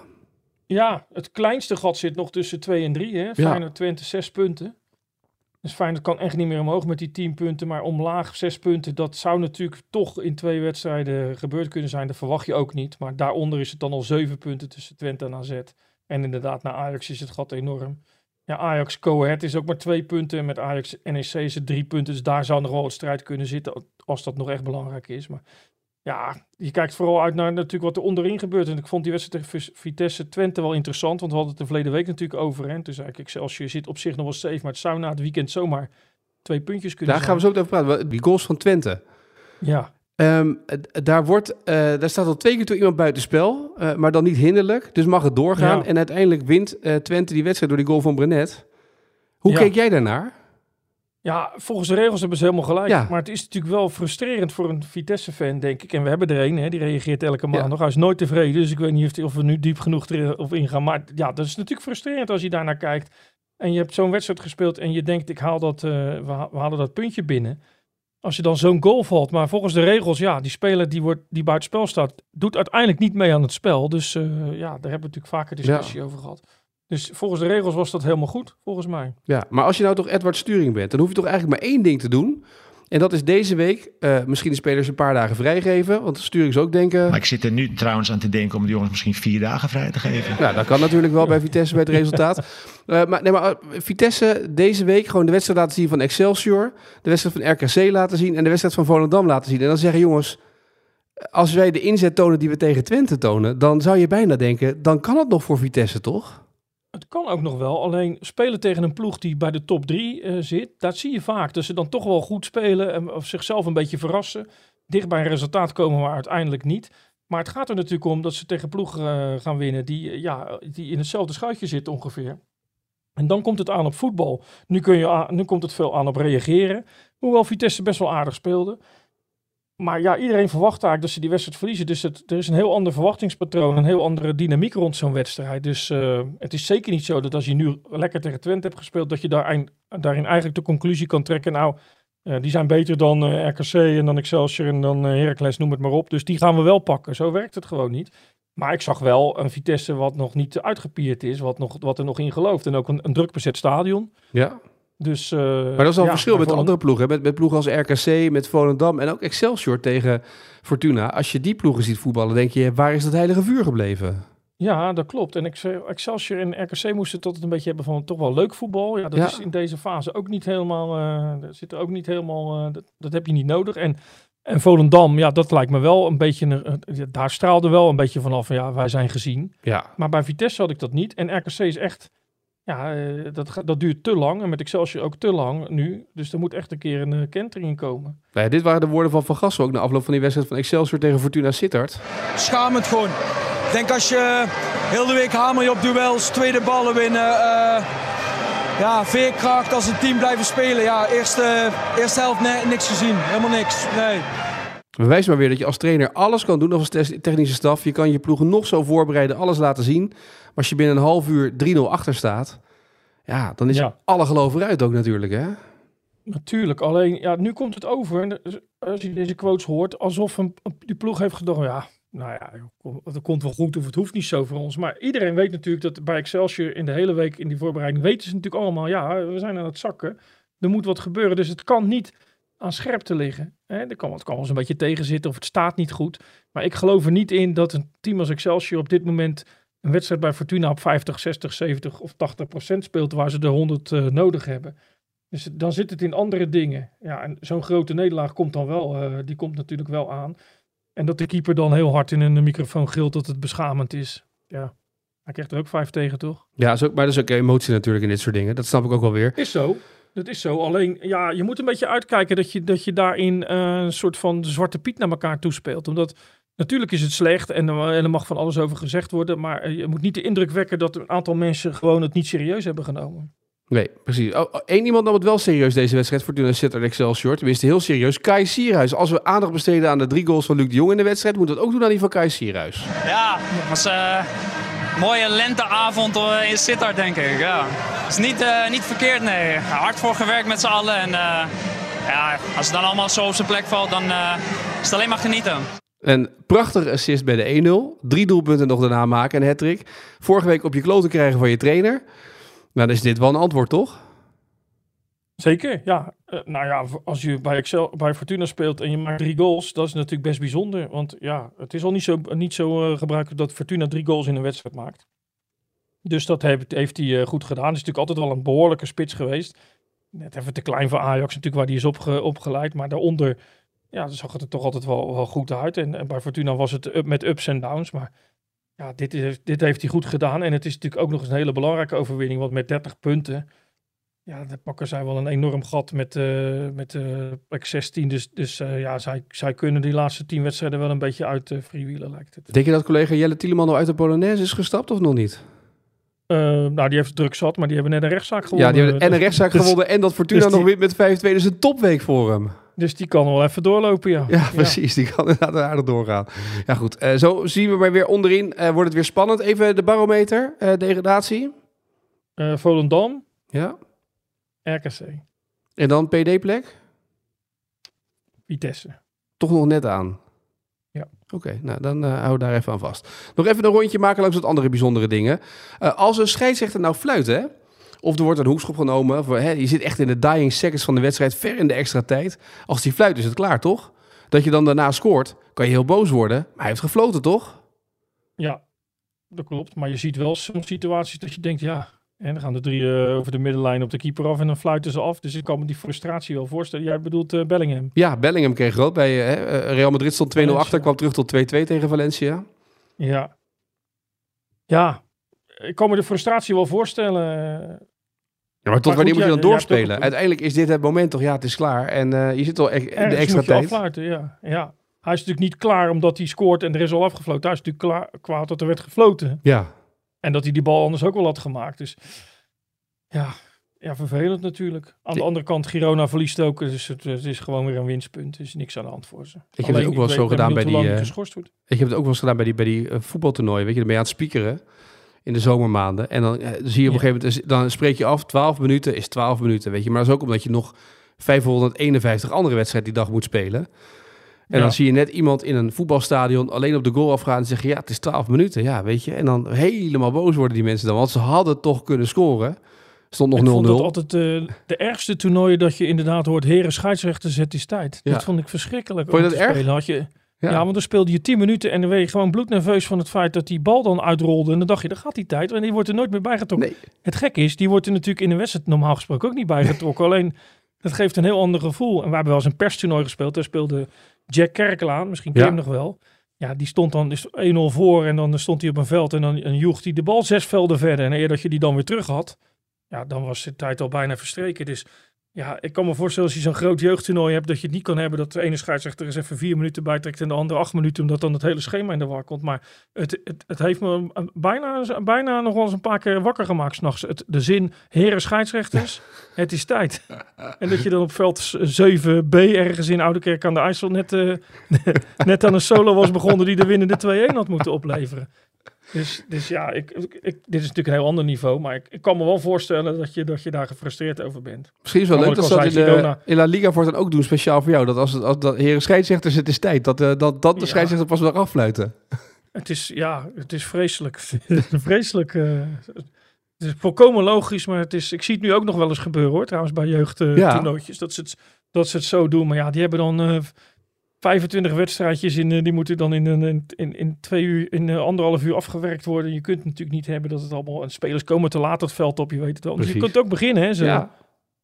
Ja, het kleinste gat zit nog tussen twee en drie. Hè? Feyenoord, Twente, zes punten. Dus Feyenoord kan echt niet meer omhoog met die tien punten. Maar omlaag zes punten, dat zou natuurlijk toch in twee wedstrijden gebeurd kunnen zijn. Dat verwacht je ook niet. Maar daaronder is het dan al zeven punten tussen Twente en A Z. En inderdaad, naar Ajax is het gat enorm. Ja, Ajax Go Ahead is ook maar twee punten. En met Ajax N E C is het drie punten. Dus daar zou nog wel wat strijd kunnen zitten. Als dat nog echt belangrijk is. Maar ja, je kijkt vooral uit naar natuurlijk wat er onderin gebeurt. En ik vond die wedstrijd tegen Vitesse Twente wel interessant. Want we hadden het de verleden week natuurlijk over. Hè? Dus eigenlijk Excelsior zit op zich nog wel safe. Maar het zou na het weekend zomaar twee puntjes kunnen Daar zijn. gaan we zo over praten. Die goals van Twente. Ja, Um, daar, wordt, uh, daar staat al twee keer toe iemand buitenspel, uh, maar dan niet hinderlijk. Dus mag het doorgaan. Ja. En uiteindelijk wint uh, Twente die wedstrijd door die goal van Brenet. Hoe Ja. keek jij daarnaar? Ja, volgens de regels hebben ze helemaal gelijk. Ja. Maar het is natuurlijk wel frustrerend voor een Vitesse-fan, denk ik. En we hebben er een, hè, die reageert elke Ja. maandag. Hij is nooit tevreden, dus ik weet niet of, die, of we nu diep genoeg erop ingaan. Maar ja, dat is natuurlijk frustrerend als je daarnaar kijkt. En je hebt zo'n wedstrijd gespeeld en je denkt, ik haal dat, uh, we, ha- we halen dat puntje binnen. Als je dan zo'n goal valt, maar volgens de regels, ja, die speler die, wordt, die buitenspel staat, doet uiteindelijk niet mee aan het spel. Dus uh, ja, daar hebben we natuurlijk vaker discussie over gehad. Dus volgens de regels was dat helemaal goed, volgens mij. Ja, maar als je nou toch Edward Sturing bent, dan hoef je toch eigenlijk maar één ding te doen. En dat is deze week uh, misschien de spelers een paar dagen vrijgeven. Want Sturing zou ook denken... Maar ik zit er nu trouwens aan te denken om de jongens misschien vier dagen vrij te geven. Nou, dat kan natuurlijk wel bij Vitesse bij het resultaat. Uh, maar, nee, maar uh, Vitesse deze week gewoon de wedstrijd laten zien van Excelsior. De wedstrijd van R K C laten zien. En de wedstrijd van Volendam laten zien. En dan zeggen jongens, als wij de inzet tonen die we tegen Twente tonen, dan zou je bijna denken, dan kan het nog voor Vitesse, toch? Het kan ook nog wel, alleen spelen tegen een ploeg die bij de top drie uh, zit, dat zie je vaak. Dat ze dan toch wel goed spelen en of zichzelf een beetje verrassen. Dicht bij een resultaat komen, maar uiteindelijk niet. Maar het gaat er natuurlijk om dat ze tegen ploegen uh, gaan winnen die, uh, ja, die in hetzelfde schuitje zitten ongeveer. En dan komt het aan op voetbal. Nu, kun je aan, nu komt het veel aan op reageren. Hoewel Vitesse best wel aardig speelde. Maar ja, iedereen verwacht eigenlijk dat ze die wedstrijd verliezen. Dus het, er is een heel ander verwachtingspatroon, een heel andere dynamiek rond zo'n wedstrijd. Dus uh, het is zeker niet zo dat als je nu lekker tegen Twente hebt gespeeld, dat je daarin, daarin eigenlijk de conclusie kan trekken. Nou, uh, die zijn beter dan uh, R K C en dan Excelsior en dan uh, Heracles, noem het maar op. Dus die gaan we wel pakken. Zo werkt het gewoon niet. Maar ik zag wel een Vitesse wat nog niet uitgepierd is, wat, nog, wat er nog in gelooft. En ook een, een druk bezet stadion. Ja. Dus, uh, maar dat is al ja, een verschil met Volend... andere ploegen. Met, met ploegen als R K C, met Volendam en ook Excelsior tegen Fortuna. Als je die ploegen ziet voetballen, denk je, waar is dat heilige vuur gebleven? Ja, dat klopt. En Excelsior en R K C moesten tot het een beetje hebben van toch wel leuk voetbal. Ja, dat ja. is in deze fase ook niet helemaal, uh, dat zit er ook niet helemaal, uh, dat, dat heb je niet nodig. En, en Volendam, ja, dat lijkt me wel een beetje, uh, daar straalde wel een beetje vanaf van ja, wij zijn gezien. Ja. Maar bij Vitesse had ik dat niet. En R K C is echt... Ja, uh, dat, dat duurt te lang. En met Excelsior ook te lang nu. Dus er moet echt een keer een uh, kentering komen. Nou ja, dit waren de woorden van Van Gassel ook na afloop van die wedstrijd van Excelsior tegen Fortuna Sittard. Schamend gewoon. Ik denk als je heel de week hamer je op duels, tweede ballen winnen. Uh, ja, veerkracht als een team blijven spelen. Ja, eerste, eerste helft nee, niks gezien. Helemaal niks. Nee. Bewijs maar weer dat je als trainer alles kan doen of als technische staf. Je kan je ploegen nog zo voorbereiden, alles laten zien. Maar als je binnen een half uur drie nul achter staat, ja, dan is ja. alle geloof eruit ook natuurlijk, hè? Natuurlijk, alleen ja, nu komt het over, als je deze quotes hoort, alsof een, die ploeg heeft gedacht, ja, nou ja, het komt wel goed of het hoeft niet zo voor ons. Maar iedereen weet natuurlijk dat bij Excelsior in de hele week in die voorbereiding weten ze natuurlijk allemaal, ja, we zijn aan het zakken. Er moet wat gebeuren, dus het kan niet aan scherpte liggen. Hè? Er kan, het kan wel eens een beetje tegenzitten of het staat niet goed. Maar ik geloof er niet in dat een team als Excelsior op dit moment een wedstrijd bij Fortuna op vijftig, zestig, zeventig of tachtig procent speelt waar ze de honderd uh, nodig hebben. Dus dan zit het in andere dingen. Ja, en zo'n grote nederlaag komt dan wel, uh, die komt natuurlijk wel aan. En dat de keeper dan heel hard in een microfoon gilt dat het beschamend is. Ja, hij krijgt er ook vijf tegen, toch? Ja, zo, maar dat is ook emotie natuurlijk in dit soort dingen. Dat snap ik ook wel weer. Is zo. Dat is zo. Alleen, ja, je moet een beetje uitkijken dat je, dat je daarin uh, een soort van Zwarte Piet naar elkaar toespeelt. Omdat natuurlijk is het slecht en, en er mag van alles over gezegd worden. Maar je moet niet de indruk wekken dat een aantal mensen gewoon het niet serieus hebben genomen. Nee, precies. Oh, één iemand nam het wel serieus deze wedstrijd. Fortuna Sittard Excelsior. Tenminste, heel serieus. Kai Sierhuis. Als we aandacht besteden aan de drie goals van Luc de Jong in de wedstrijd, moeten we het ook doen aan die van Kai Sierhuis. Ja, dat was uh, een mooie lenteavond in Sittard, denk ik. Ja. Is niet, uh, niet verkeerd, nee. Hard voor gewerkt met z'n allen. En uh, ja, als het dan allemaal zo op zijn plek valt, dan uh, is het alleen maar genieten. Een prachtige assist bij de één nul. Drie doelpunten nog daarna maken, een hat-trick. Vorige week op je kloten krijgen van je trainer. Nou, dan is dit wel een antwoord, toch? Zeker, ja. Uh, nou ja, als je bij, Excel, bij Fortuna speelt en je maakt drie goals, dat is natuurlijk best bijzonder. Want ja, het is al niet zo, niet zo uh, gebruikelijk dat Fortuna drie goals in een wedstrijd maakt. Dus dat heeft, heeft hij uh, goed gedaan. Het is natuurlijk altijd wel een behoorlijke spits geweest. Net even te klein voor Ajax natuurlijk, waar hij is opge, opgeleid. Maar daaronder, ja, zag het er toch altijd wel, wel goed uit. En, en bij Fortuna was het up, met ups en downs, maar ja, dit, is, dit heeft hij goed gedaan. En het is natuurlijk ook nog eens een hele belangrijke overwinning, want met dertig punten, Ja, de pakken zij wel een enorm gat met, uh, met uh, plek zestien. Dus, dus uh, ja, zij, zij kunnen die laatste tien wedstrijden wel een beetje uit uh, freewheelen, lijkt het. Denk je dat collega Jelle Tieleman al uit de Polonaise is gestapt of nog niet? Uh, nou, die heeft het druk zat, maar die hebben net een rechtszaak gewonnen. Ja, die hebben en een rechtszaak dus, gewonnen en dat Fortuna dus die, nog wint met vijf twee. Dus een topweek voor hem. Dus die kan wel even doorlopen, ja. Ja, precies. Ja. Die kan inderdaad aardig doorgaan. Ja, goed. Uh, zo zien we maar weer onderin. Uh, wordt het weer spannend. Even de barometer. Uh, degradatie. Uh, Volendam. Ja. R K C. En dan P D-plek? Vitesse. Toch nog net aan? Ja. Oké, okay, nou dan uh, hou daar even aan vast. Nog even een rondje maken langs wat andere bijzondere dingen. Uh, als een scheidsrechter nou fluit, hè? Of er wordt een hoekschop genomen. Of, hè, je zit echt in de dying seconds van de wedstrijd, ver in de extra tijd. Als die fluit is het klaar, toch? Dat je dan daarna scoort, kan je heel boos worden. Maar hij heeft gefloten, toch? Ja, dat klopt. Maar je ziet wel soms situaties dat je denkt, ja... En dan gaan de drie uh, over de middenlijn op de keeper af en dan fluiten ze af. Dus ik kan me die frustratie wel voorstellen. Jij bedoelt uh, Bellingham. Ja, Bellingham kreeg rood bij uh, Real Madrid stond twee nul achter, kwam terug tot twee twee tegen Valencia. Ja. Ja, ik kan me de frustratie wel voorstellen. Ja, maar tot maar wanneer goed, moet je dan ja, doorspelen? Uiteindelijk is dit het moment toch, ja, het is klaar. En uh, je zit al echt in de extra moet je tijd. Afluiten, ja. ja. Hij is natuurlijk niet klaar omdat hij scoort en er is al afgefloten. Hij is natuurlijk klaar, kwaad dat er werd gefloten. Ja. En dat hij die bal anders ook wel had gemaakt. Dus ja, ja vervelend natuurlijk. Aan de andere kant, Girona verliest ook. Dus het, het is gewoon weer een winstpunt. Er is niks aan de hand voor ze. Ik heb het ook wel zo gedaan bij die... Uh, wordt. Ik heb het ook wel eens gedaan bij die, bij die uh, voetbaltoernooien. Weet je, dan ben je aan het speakeren in de zomermaanden. En dan uh, zie je op een gegeven moment... Dan spreek je af, twaalf minuten is twaalf minuten, weet je. Maar dat is ook omdat je nog vijfhonderdeenenvijftig andere wedstrijden die dag moet spelen. En ja. dan zie je net iemand in een voetbalstadion alleen op de goal afgaan en zeggen, ja, het is twaalf minuten, ja, weet je. En dan helemaal boos worden die mensen dan, want ze hadden toch kunnen scoren. Stond nog nul nul. Ik vond het altijd uh, de ergste toernooien dat je inderdaad hoort, heren scheidsrechters, het is tijd. Ja. Dat vond ik verschrikkelijk. Vond je dat erg? Had je, ja. ja, want dan speelde je tien minuten en dan ben je gewoon bloednerveus van het feit dat die bal dan uitrolde. En dan dacht je, dan gaat die tijd, en die wordt er nooit meer bijgetrokken. Nee. Het gekke is, die wordt er natuurlijk in de wedstrijd normaal gesproken ook niet bijgetrokken. Alleen, dat geeft een heel ander gevoel. En we hebben wel eens een perstoernooi gespeeld, daar speelde Jack Kerkelaan, misschien ken je ja. hem nog wel. Ja, die stond dan dus één nul voor en dan stond hij op een veld en dan en joeg hij de bal zes velden verder. En eer dat je die dan weer terug had, ja, dan was de tijd al bijna verstreken. Dus ja, ik kan me voorstellen als je zo'n groot jeugdtoernooi hebt, dat je het niet kan hebben dat de ene scheidsrechter eens even vier minuten bijtrekt en de andere acht minuten, omdat dan het hele schema in de war komt. Maar het, het, het heeft me bijna, bijna nog wel eens een paar keer wakker gemaakt 's nachts. De zin, heren scheidsrechters, het is tijd. En dat je dan op veld zeven B ergens in Oudekerk aan de IJssel net, uh, net aan een solo was begonnen die de winnende twee-een had moeten opleveren. Dus, dus ja, ik, ik, ik, dit is natuurlijk een heel ander niveau, maar ik, ik kan me wel voorstellen dat je, dat je daar gefrustreerd over bent. Misschien is het wel leuk dat ze dat in, de, in La Liga voor dan ook doen, speciaal voor jou. Dat als, als dat heren scheidsrechters, het is tijd, dat, uh, dat, dat de ja. scheidsrechter pas weer affluiten. Het is, ja, het is vreselijk. vreselijk. Uh, het is volkomen logisch, maar het is, ik zie het nu ook nog wel eens gebeuren hoor, trouwens bij jeugdtoernooitjes, uh, ja. dat, ze het, dat ze het zo doen. Maar ja, die hebben dan... Uh, vijfentwintig wedstrijdjes in, die moeten dan in, in, in, in twee uur, in anderhalf uur afgewerkt worden. Je kunt natuurlijk niet hebben dat het allemaal... En spelers komen te laat het veld op, je weet het wel. Dus je kunt ook beginnen, hè. Zo. Ja.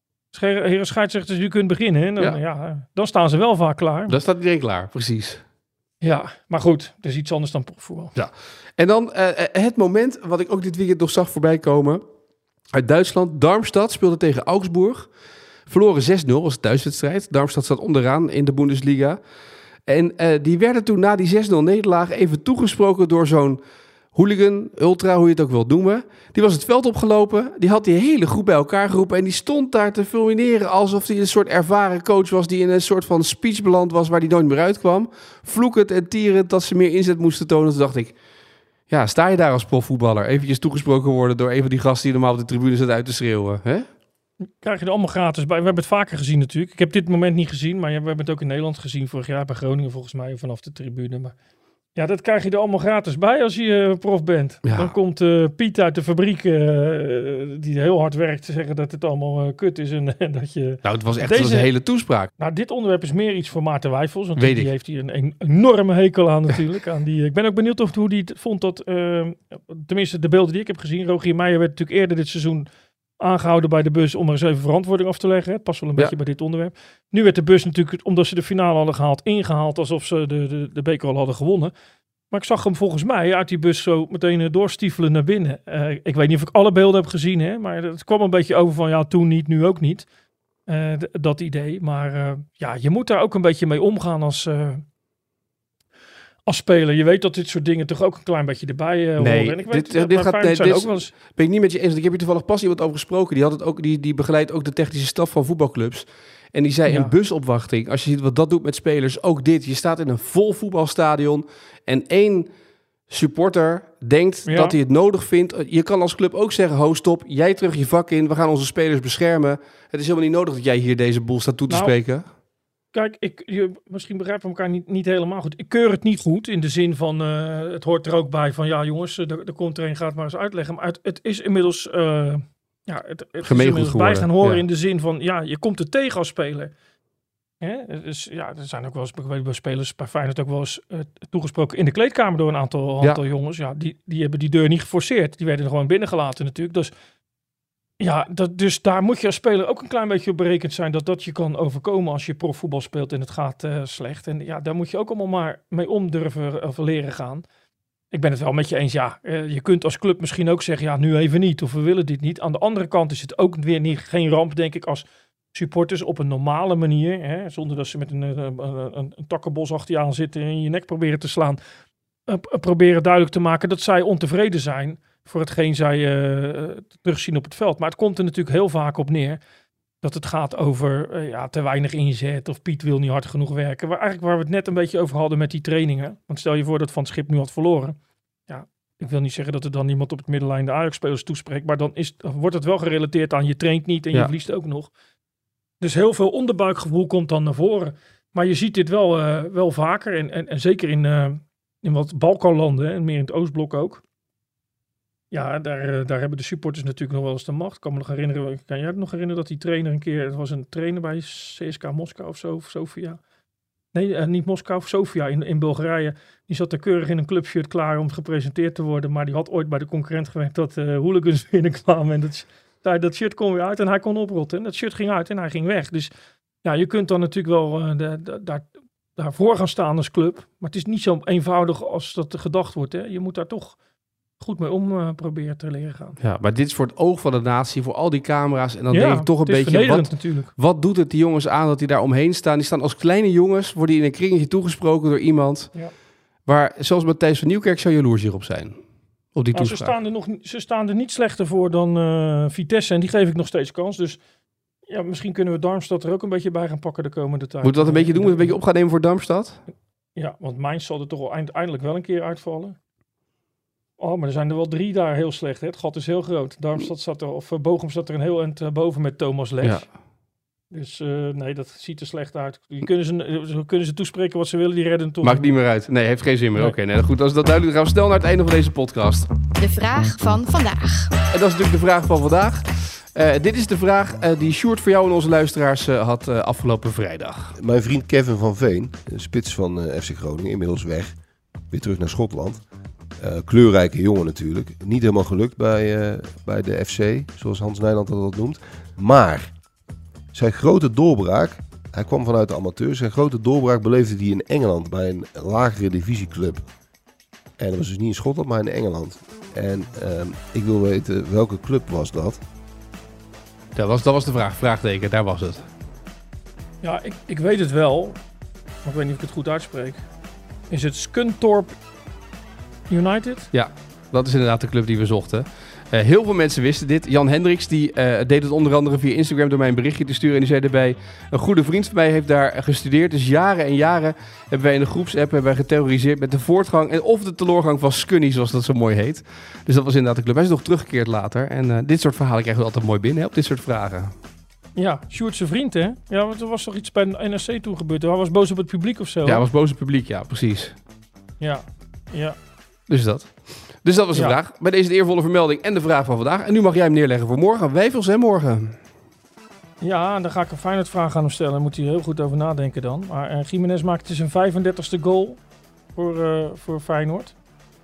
Heren scheidsrechters, je kunt beginnen. Hè? Dan, ja. Ja, dan staan ze wel vaak klaar. Dan staat iedereen klaar, precies. Ja, maar goed, het is iets anders dan profvoetbal. Ja. En dan uh, het moment wat ik ook dit weekend nog zag voorbij komen. Uit Duitsland, Darmstadt speelde tegen Augsburg. Verloren zes nul, was een thuiswedstrijd. Darmstadt staat onderaan in de Bundesliga. En uh, die werden toen na die zes nul nederlaag even toegesproken door zo'n hooligan, ultra, hoe je het ook wilt noemen. Die was het veld opgelopen, die had die hele groep bij elkaar geroepen en die stond daar te fulmineren alsof hij een soort ervaren coach was die in een soort van speech beland was waar die nooit meer uitkwam. Vloekend en tierend dat ze meer inzet moesten tonen. Toen dacht ik, ja, sta je daar als profvoetballer eventjes toegesproken worden door een van die gasten die normaal op de tribune zit uit te schreeuwen, hè? Krijg je er allemaal gratis bij. We hebben het vaker gezien natuurlijk. Ik heb dit moment niet gezien, maar we hebben het ook in Nederland gezien vorig jaar bij Groningen volgens mij vanaf de tribune. Maar ja, dat krijg je er allemaal gratis bij als je uh, prof bent. Ja. Dan komt uh, Piet uit de fabriek uh, die heel hard werkt te zeggen dat het allemaal uh, kut is en, en dat je... Nou, het was echt Deze... een hele toespraak. Nou, dit onderwerp is meer iets voor Maarten Wijfels, want Weet die ik. heeft hier een, een enorme hekel aan natuurlijk. aan die, ik ben ook benieuwd of hoe die het vond dat, uh, tenminste de beelden die ik heb gezien, Rogier Meijer werd natuurlijk eerder dit seizoen aangehouden bij de bus om er eens even verantwoording af te leggen. Het past wel een ja. beetje bij dit onderwerp. Nu werd de bus natuurlijk, omdat ze de finale hadden gehaald, ingehaald alsof ze de, de, de beker al hadden gewonnen. Maar ik zag hem volgens mij uit die bus zo meteen uh, doorstiefelen naar binnen. Uh, ik weet niet of ik alle beelden heb gezien, hè, maar het kwam een beetje over van ja, toen niet, nu ook niet. Uh, d- dat idee. Maar uh, ja, je moet daar ook een beetje mee omgaan als, uh, als speler. Je weet dat dit soort dingen toch ook een klein beetje erbij uh, nee, horen. En ik weet, dit, uh, dit gaat, nee, zijn dit ook wel eens... ben ik niet met je eens. Ik heb hier toevallig pas iemand over gesproken. Die, had het ook, die, die begeleidt ook de technische staf van voetbalclubs. En die zei Ja. een busopwachting. Als je ziet wat dat doet met spelers. Ook dit. Je staat in een vol voetbalstadion. En één supporter denkt Ja. dat hij het nodig vindt. Je kan als club ook zeggen, ho stop, jij terug je vak in. We gaan onze spelers beschermen. Het is helemaal niet nodig dat jij hier deze boel staat toe te Nou, spreken. Kijk, ik, je, misschien begrijpen we elkaar niet, niet helemaal goed. Ik keur het niet goed in de zin van, uh, het hoort er ook bij van, ja jongens, er, er komt er een, gaat maar eens uitleggen. Maar het, het is inmiddels, uh, ja, het, het is inmiddels bij gaan horen ja. in de zin van, ja, je komt er tegen als speler. Hè? Dus ja, er zijn ook wel eens, ik weet bij spelers bij Feyenoord ook wel eens uh, toegesproken in de kleedkamer door een aantal, aantal ja. jongens. Ja, die, die hebben die deur niet geforceerd. Die werden er gewoon binnengelaten natuurlijk. Dus ja, dat, dus daar moet je als speler ook een klein beetje op berekend zijn dat dat je kan overkomen als je profvoetbal speelt en het gaat uh, slecht. En ja, daar moet je ook allemaal maar mee om durven of leren gaan. Ik ben het wel met je eens, ja. Uh, je kunt als club misschien ook zeggen, ja, nu even niet of we willen dit niet. Aan de andere kant is het ook weer niet, geen ramp, denk ik, als supporters op een normale manier, hè, zonder dat ze met een, een, een, een takkenbos achter je aan zitten en in je nek proberen te slaan, uh, proberen duidelijk te maken dat zij ontevreden zijn voor hetgeen zij uh, terugzien op het veld. Maar het komt er natuurlijk heel vaak op neer dat het gaat over uh, ja, te weinig inzet of Piet wil niet hard genoeg werken. Waar, eigenlijk waar we het net een beetje over hadden met die trainingen. Want stel je voor dat Van Schip nu had verloren. Ja, ik wil niet zeggen dat er dan iemand op het middenlijn de Ajax-spelers toespreekt, maar dan, is, dan wordt het wel gerelateerd aan je traint niet en je ja. verliest ook nog. Dus heel veel onderbuikgevoel komt dan naar voren. Maar je ziet dit wel, uh, wel vaker en, en, en zeker in, uh, in wat Balkanlanden en meer in het Oostblok ook. Ja, daar, daar hebben de supporters natuurlijk nog wel eens de macht. Ik kan me nog herinneren, kan jij het nog herinneren dat die trainer een keer, het was een trainer bij C S K A Moskou of zo, of Sofia. Nee, uh, niet Moskou, Sofia in, in Bulgarije. Die zat er keurig in een clubshirt klaar om gepresenteerd te worden. Maar die had ooit bij de concurrent gewerkt dat uh, hooligans binnenkwamen. En dat, dat shirt kon weer uit en hij kon oprotten. En dat shirt ging uit en hij ging weg. Dus ja, je kunt dan natuurlijk wel uh, de, de, daar, daarvoor gaan staan als club. Maar het is niet zo eenvoudig als dat gedacht wordt. Hè. Je moet daar toch goed mee om uh, proberen te leren gaan. Ja, maar dit is voor het oog van de natie, voor al die camera's. En dan ja, denk ik toch een beetje, wat, natuurlijk. wat doet het die jongens aan dat die daar omheen staan? Die staan als kleine jongens, worden die in een kringetje toegesproken door iemand. Ja. Waar, zoals Matthijs van Nieuwkerk, zou jaloers hierop zijn. Op die nou, ze, staan er nog, ze staan er niet slechter voor dan uh, Vitesse. En die geef ik nog steeds kans. Dus ja, misschien kunnen we Darmstad er ook een beetje bij gaan pakken de komende tijd. Moet dat een beetje doen? Moet een beetje op gaan nemen voor Darmstad? Ja, want Mainz zal er toch wel eind, eindelijk wel een keer uitvallen. Oh, maar er zijn er wel drie daar heel slecht. Hè? Het gat is heel groot. Darmstad zat er, of uh, Bochum zat er een heel eind uh, boven met Thomas Lech. Ja. Dus uh, nee, dat ziet er slecht uit. Je kunnen ze, ze kunnen ze toespreken wat ze willen, die redden toch. Maakt niet meer uit. Nee, heeft geen zin meer. Nee. Oké, okay, nee, goed. Als dat duidelijk is, gaan we snel naar het einde van deze podcast. De vraag van vandaag. En dat is natuurlijk de vraag van vandaag. Uh, dit is de vraag uh, die Sjoerd voor jou en onze luisteraars uh, had uh, afgelopen vrijdag. Mijn vriend Kevin van Veen, de spits van uh, F C Groningen, inmiddels weg. Weer terug naar Schotland. Uh, kleurrijke jongen natuurlijk. Niet helemaal gelukt bij, uh, bij de F C, zoals Hans Nijland dat noemt. Maar zijn grote doorbraak, hij kwam vanuit de amateurs. Zijn grote doorbraak beleefde hij in Engeland bij een lagere divisieclub. En dat was dus niet in Schotland, maar in Engeland. En uh, ik wil weten, welke club was dat? Dat was, dat was de vraag, vraagteken, daar was het. Ja, ik, ik weet het wel, maar ik weet niet of ik het goed uitspreek. Is het Scunthorpe United? Ja, dat is inderdaad de club die we zochten. Uh, heel veel mensen wisten dit. Jan Hendricks die, uh, deed het onder andere via Instagram door mij een berichtje te sturen. En die zei erbij, een goede vriend van mij heeft daar gestudeerd. Dus jaren en jaren hebben wij in de groepsapp hebben wij geterroriseerd met de voortgang en of de teleurgang van Scunny, zoals dat zo mooi heet. Dus dat was inderdaad de club. Hij is nog teruggekeerd later. En uh, dit soort verhalen krijgen we altijd mooi binnen, hè, op dit soort vragen. Ja, Sjoerd zijn vriend, hè? Ja, want er was toch iets bij de N R C toen gebeurd. Hij was boos op het publiek of zo. Ja, hij was boos op het publiek, ja, precies. Ja, ja. Dus dat. Dus dat was de ja. vraag. Bij deze de eervolle vermelding en de vraag van vandaag. En nu mag jij hem neerleggen voor morgen. Wijfels en morgen. Ja, dan ga ik een Feyenoord-vraag aan hem stellen. Daar moet hij heel goed over nadenken dan. Maar uh, Gimenez maakte zijn vijfendertigste goal voor, uh, voor Feyenoord.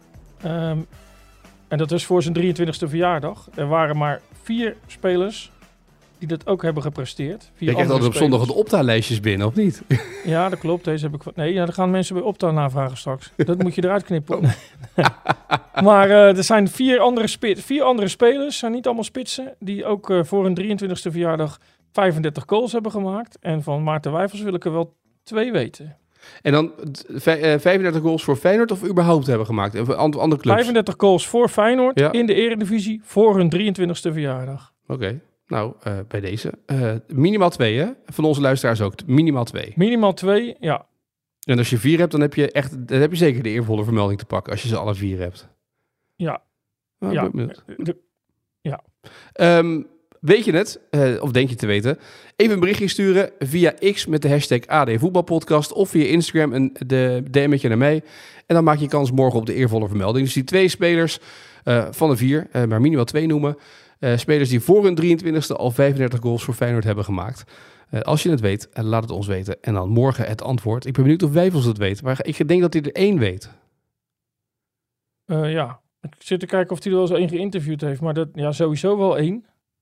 Um, en dat is voor zijn drieëntwintigste verjaardag. Er waren maar vier spelers die dat ook hebben gepresteerd. Je krijgt altijd op zondag de Opta-lijstjes binnen, of niet? Ja, dat klopt. Deze heb ik. Nee, ja, dan gaan mensen bij Opta navragen straks. Dat moet je eruit knippen. Oh. Maar uh, er zijn vier andere, spits, vier andere spelers, zijn niet allemaal spitsen, die ook uh, voor hun drieëntwintigste verjaardag vijfendertig goals hebben gemaakt. En van Maarten Wijfels wil ik er wel twee weten. En dan vijfendertig goals voor Feyenoord of überhaupt hebben gemaakt? Of andere clubs? vijfendertig goals voor Feyenoord ja. in de Eredivisie voor hun drieëntwintigste verjaardag. Oké, okay. nou uh, bij deze. Uh, minimaal twee, hè? Van onze luisteraars ook. Minimaal twee. Minimaal twee, ja. En als je vier hebt, dan heb je, echt, dan heb je zeker de eervolle vermelding te pakken als je ze alle vier hebt. Ja. Oh, ja. De, ja. Um, weet je het, uh, of denk je te weten, even een berichtje sturen via X met de hashtag A D Voetbalpodcast of via Instagram een de D M'tje naar mij. En dan maak je kans morgen op de eervolle vermelding. Dus die twee spelers uh, van de vier, uh, maar minimaal twee noemen. Uh, spelers die voor hun drieëntwintigste al vijfendertig goals voor Feyenoord hebben gemaakt. Uh, als je het weet, uh, laat het ons weten. En dan morgen het antwoord. Ik ben benieuwd of Wijfels het weet. Maar ik denk dat hij er één weet. Uh, ja, ik zit te kijken of hij er wel eens één geïnterviewd heeft. Maar dat, ja, sowieso wel één.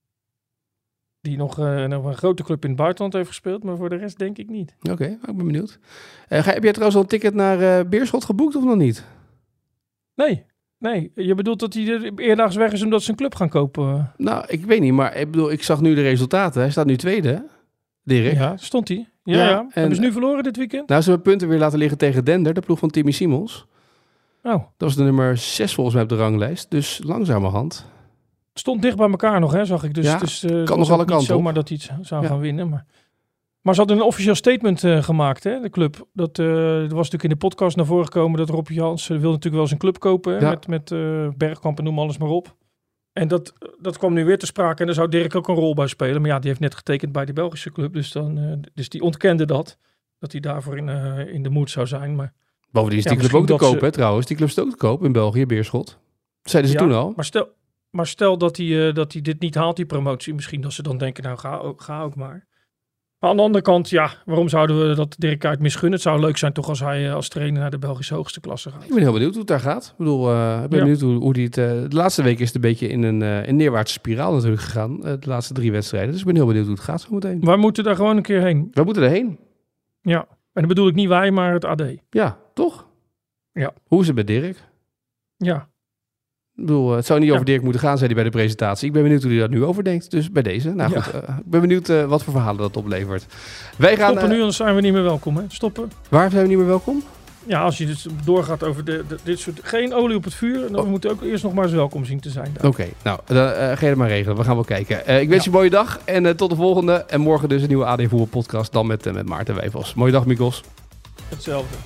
Die nog, uh, nog een grote club in het buitenland heeft gespeeld. Maar voor de rest denk ik niet. Oké, okay, ik ben benieuwd. Uh, ga, heb jij trouwens al een ticket naar uh, Beerschot geboekt of nog niet? Nee. Nee, je bedoelt dat hij er eerdaags weg is omdat ze een club gaan kopen? Nou, ik weet niet, maar ik bedoel, ik zag nu de resultaten. Hij staat nu tweede, Dirk. Ja, stond hij. Ja, ja. ja. En hebben ze nu verloren dit weekend? Nou, ze hebben punten weer laten liggen tegen Dender, de ploeg van Timmy Simons. Oh. Dat was de nummer zes volgens mij op de ranglijst, dus langzamerhand. Stond dicht bij elkaar nog, hè, zag ik. Dus ja, het is uh, kan nog alle kanten op. Zomaar dat hij iets zou ja. gaan winnen, maar... Maar ze hadden een officieel statement uh, gemaakt, hè, de club. Dat uh, er was natuurlijk in de podcast naar voren gekomen dat Rob Jans uh, wil natuurlijk wel eens een club kopen. Hè, ja. Met, met uh, Bergkamp en noem alles maar op. En dat, dat kwam nu weer te sprake en daar zou Dirk ook een rol bij spelen. Maar ja, die heeft net getekend bij de Belgische club. Dus, dan, uh, dus die ontkende dat. Dat hij daarvoor in, uh, in de moed zou zijn. Maar, bovendien is die ja, club ook te koop, ze... hè, trouwens. Die club is ook te koop in België, Beerschot. Dat zeiden ze ja, toen al. Maar stel, maar stel dat hij uh, dat hij dit niet haalt, die promotie. Misschien dat ze dan denken, nou ga ook, ga ook maar. Maar aan de andere kant, ja, waarom zouden we dat Dirk Kuyt misgunnen? Het zou leuk zijn toch als hij als trainer naar de Belgische hoogste klasse gaat. Ik ben heel benieuwd hoe het daar gaat. Ik bedoel, uh, ik ben ja. benieuwd hoe, hoe die het... Uh, de laatste week is het een beetje in een, uh, een neerwaartse spiraal natuurlijk gegaan. Uh, de laatste drie wedstrijden. Dus ik ben heel benieuwd hoe het gaat zo meteen. Wij moeten daar gewoon een keer heen. Wij moeten erheen. Ja, en dan bedoel ik niet wij, maar het A D. Ja, toch? Ja. Hoe is het met Dirk? Ja. Ik bedoel, het zou niet over ja. Dirk moeten gaan, zei hij bij de presentatie. Ik ben benieuwd hoe hij dat nu overdenkt. Dus bij deze. Nou goed, ja. uh, ik ben benieuwd uh, wat voor verhalen dat oplevert. Wij gaan, Stoppen uh, nu, anders zijn we niet meer welkom. Hè? Stoppen. Waar zijn we niet meer welkom? Ja, als je dus doorgaat over de, de, dit soort... Geen olie op het vuur. Dan oh. moeten we ook eerst nog maar eens welkom zien te zijn. Oké, okay, nou, dan uh, ga je het maar regelen. We gaan wel kijken. Uh, ik wens ja. je een mooie dag. En uh, tot de volgende. En morgen dus een nieuwe A D Voetbal podcast. Dan met, uh, met Maarten Wijfels. Mooie dag, Mikos. Hetzelfde.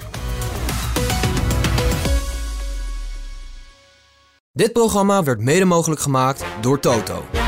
Dit programma werd mede mogelijk gemaakt door Toto.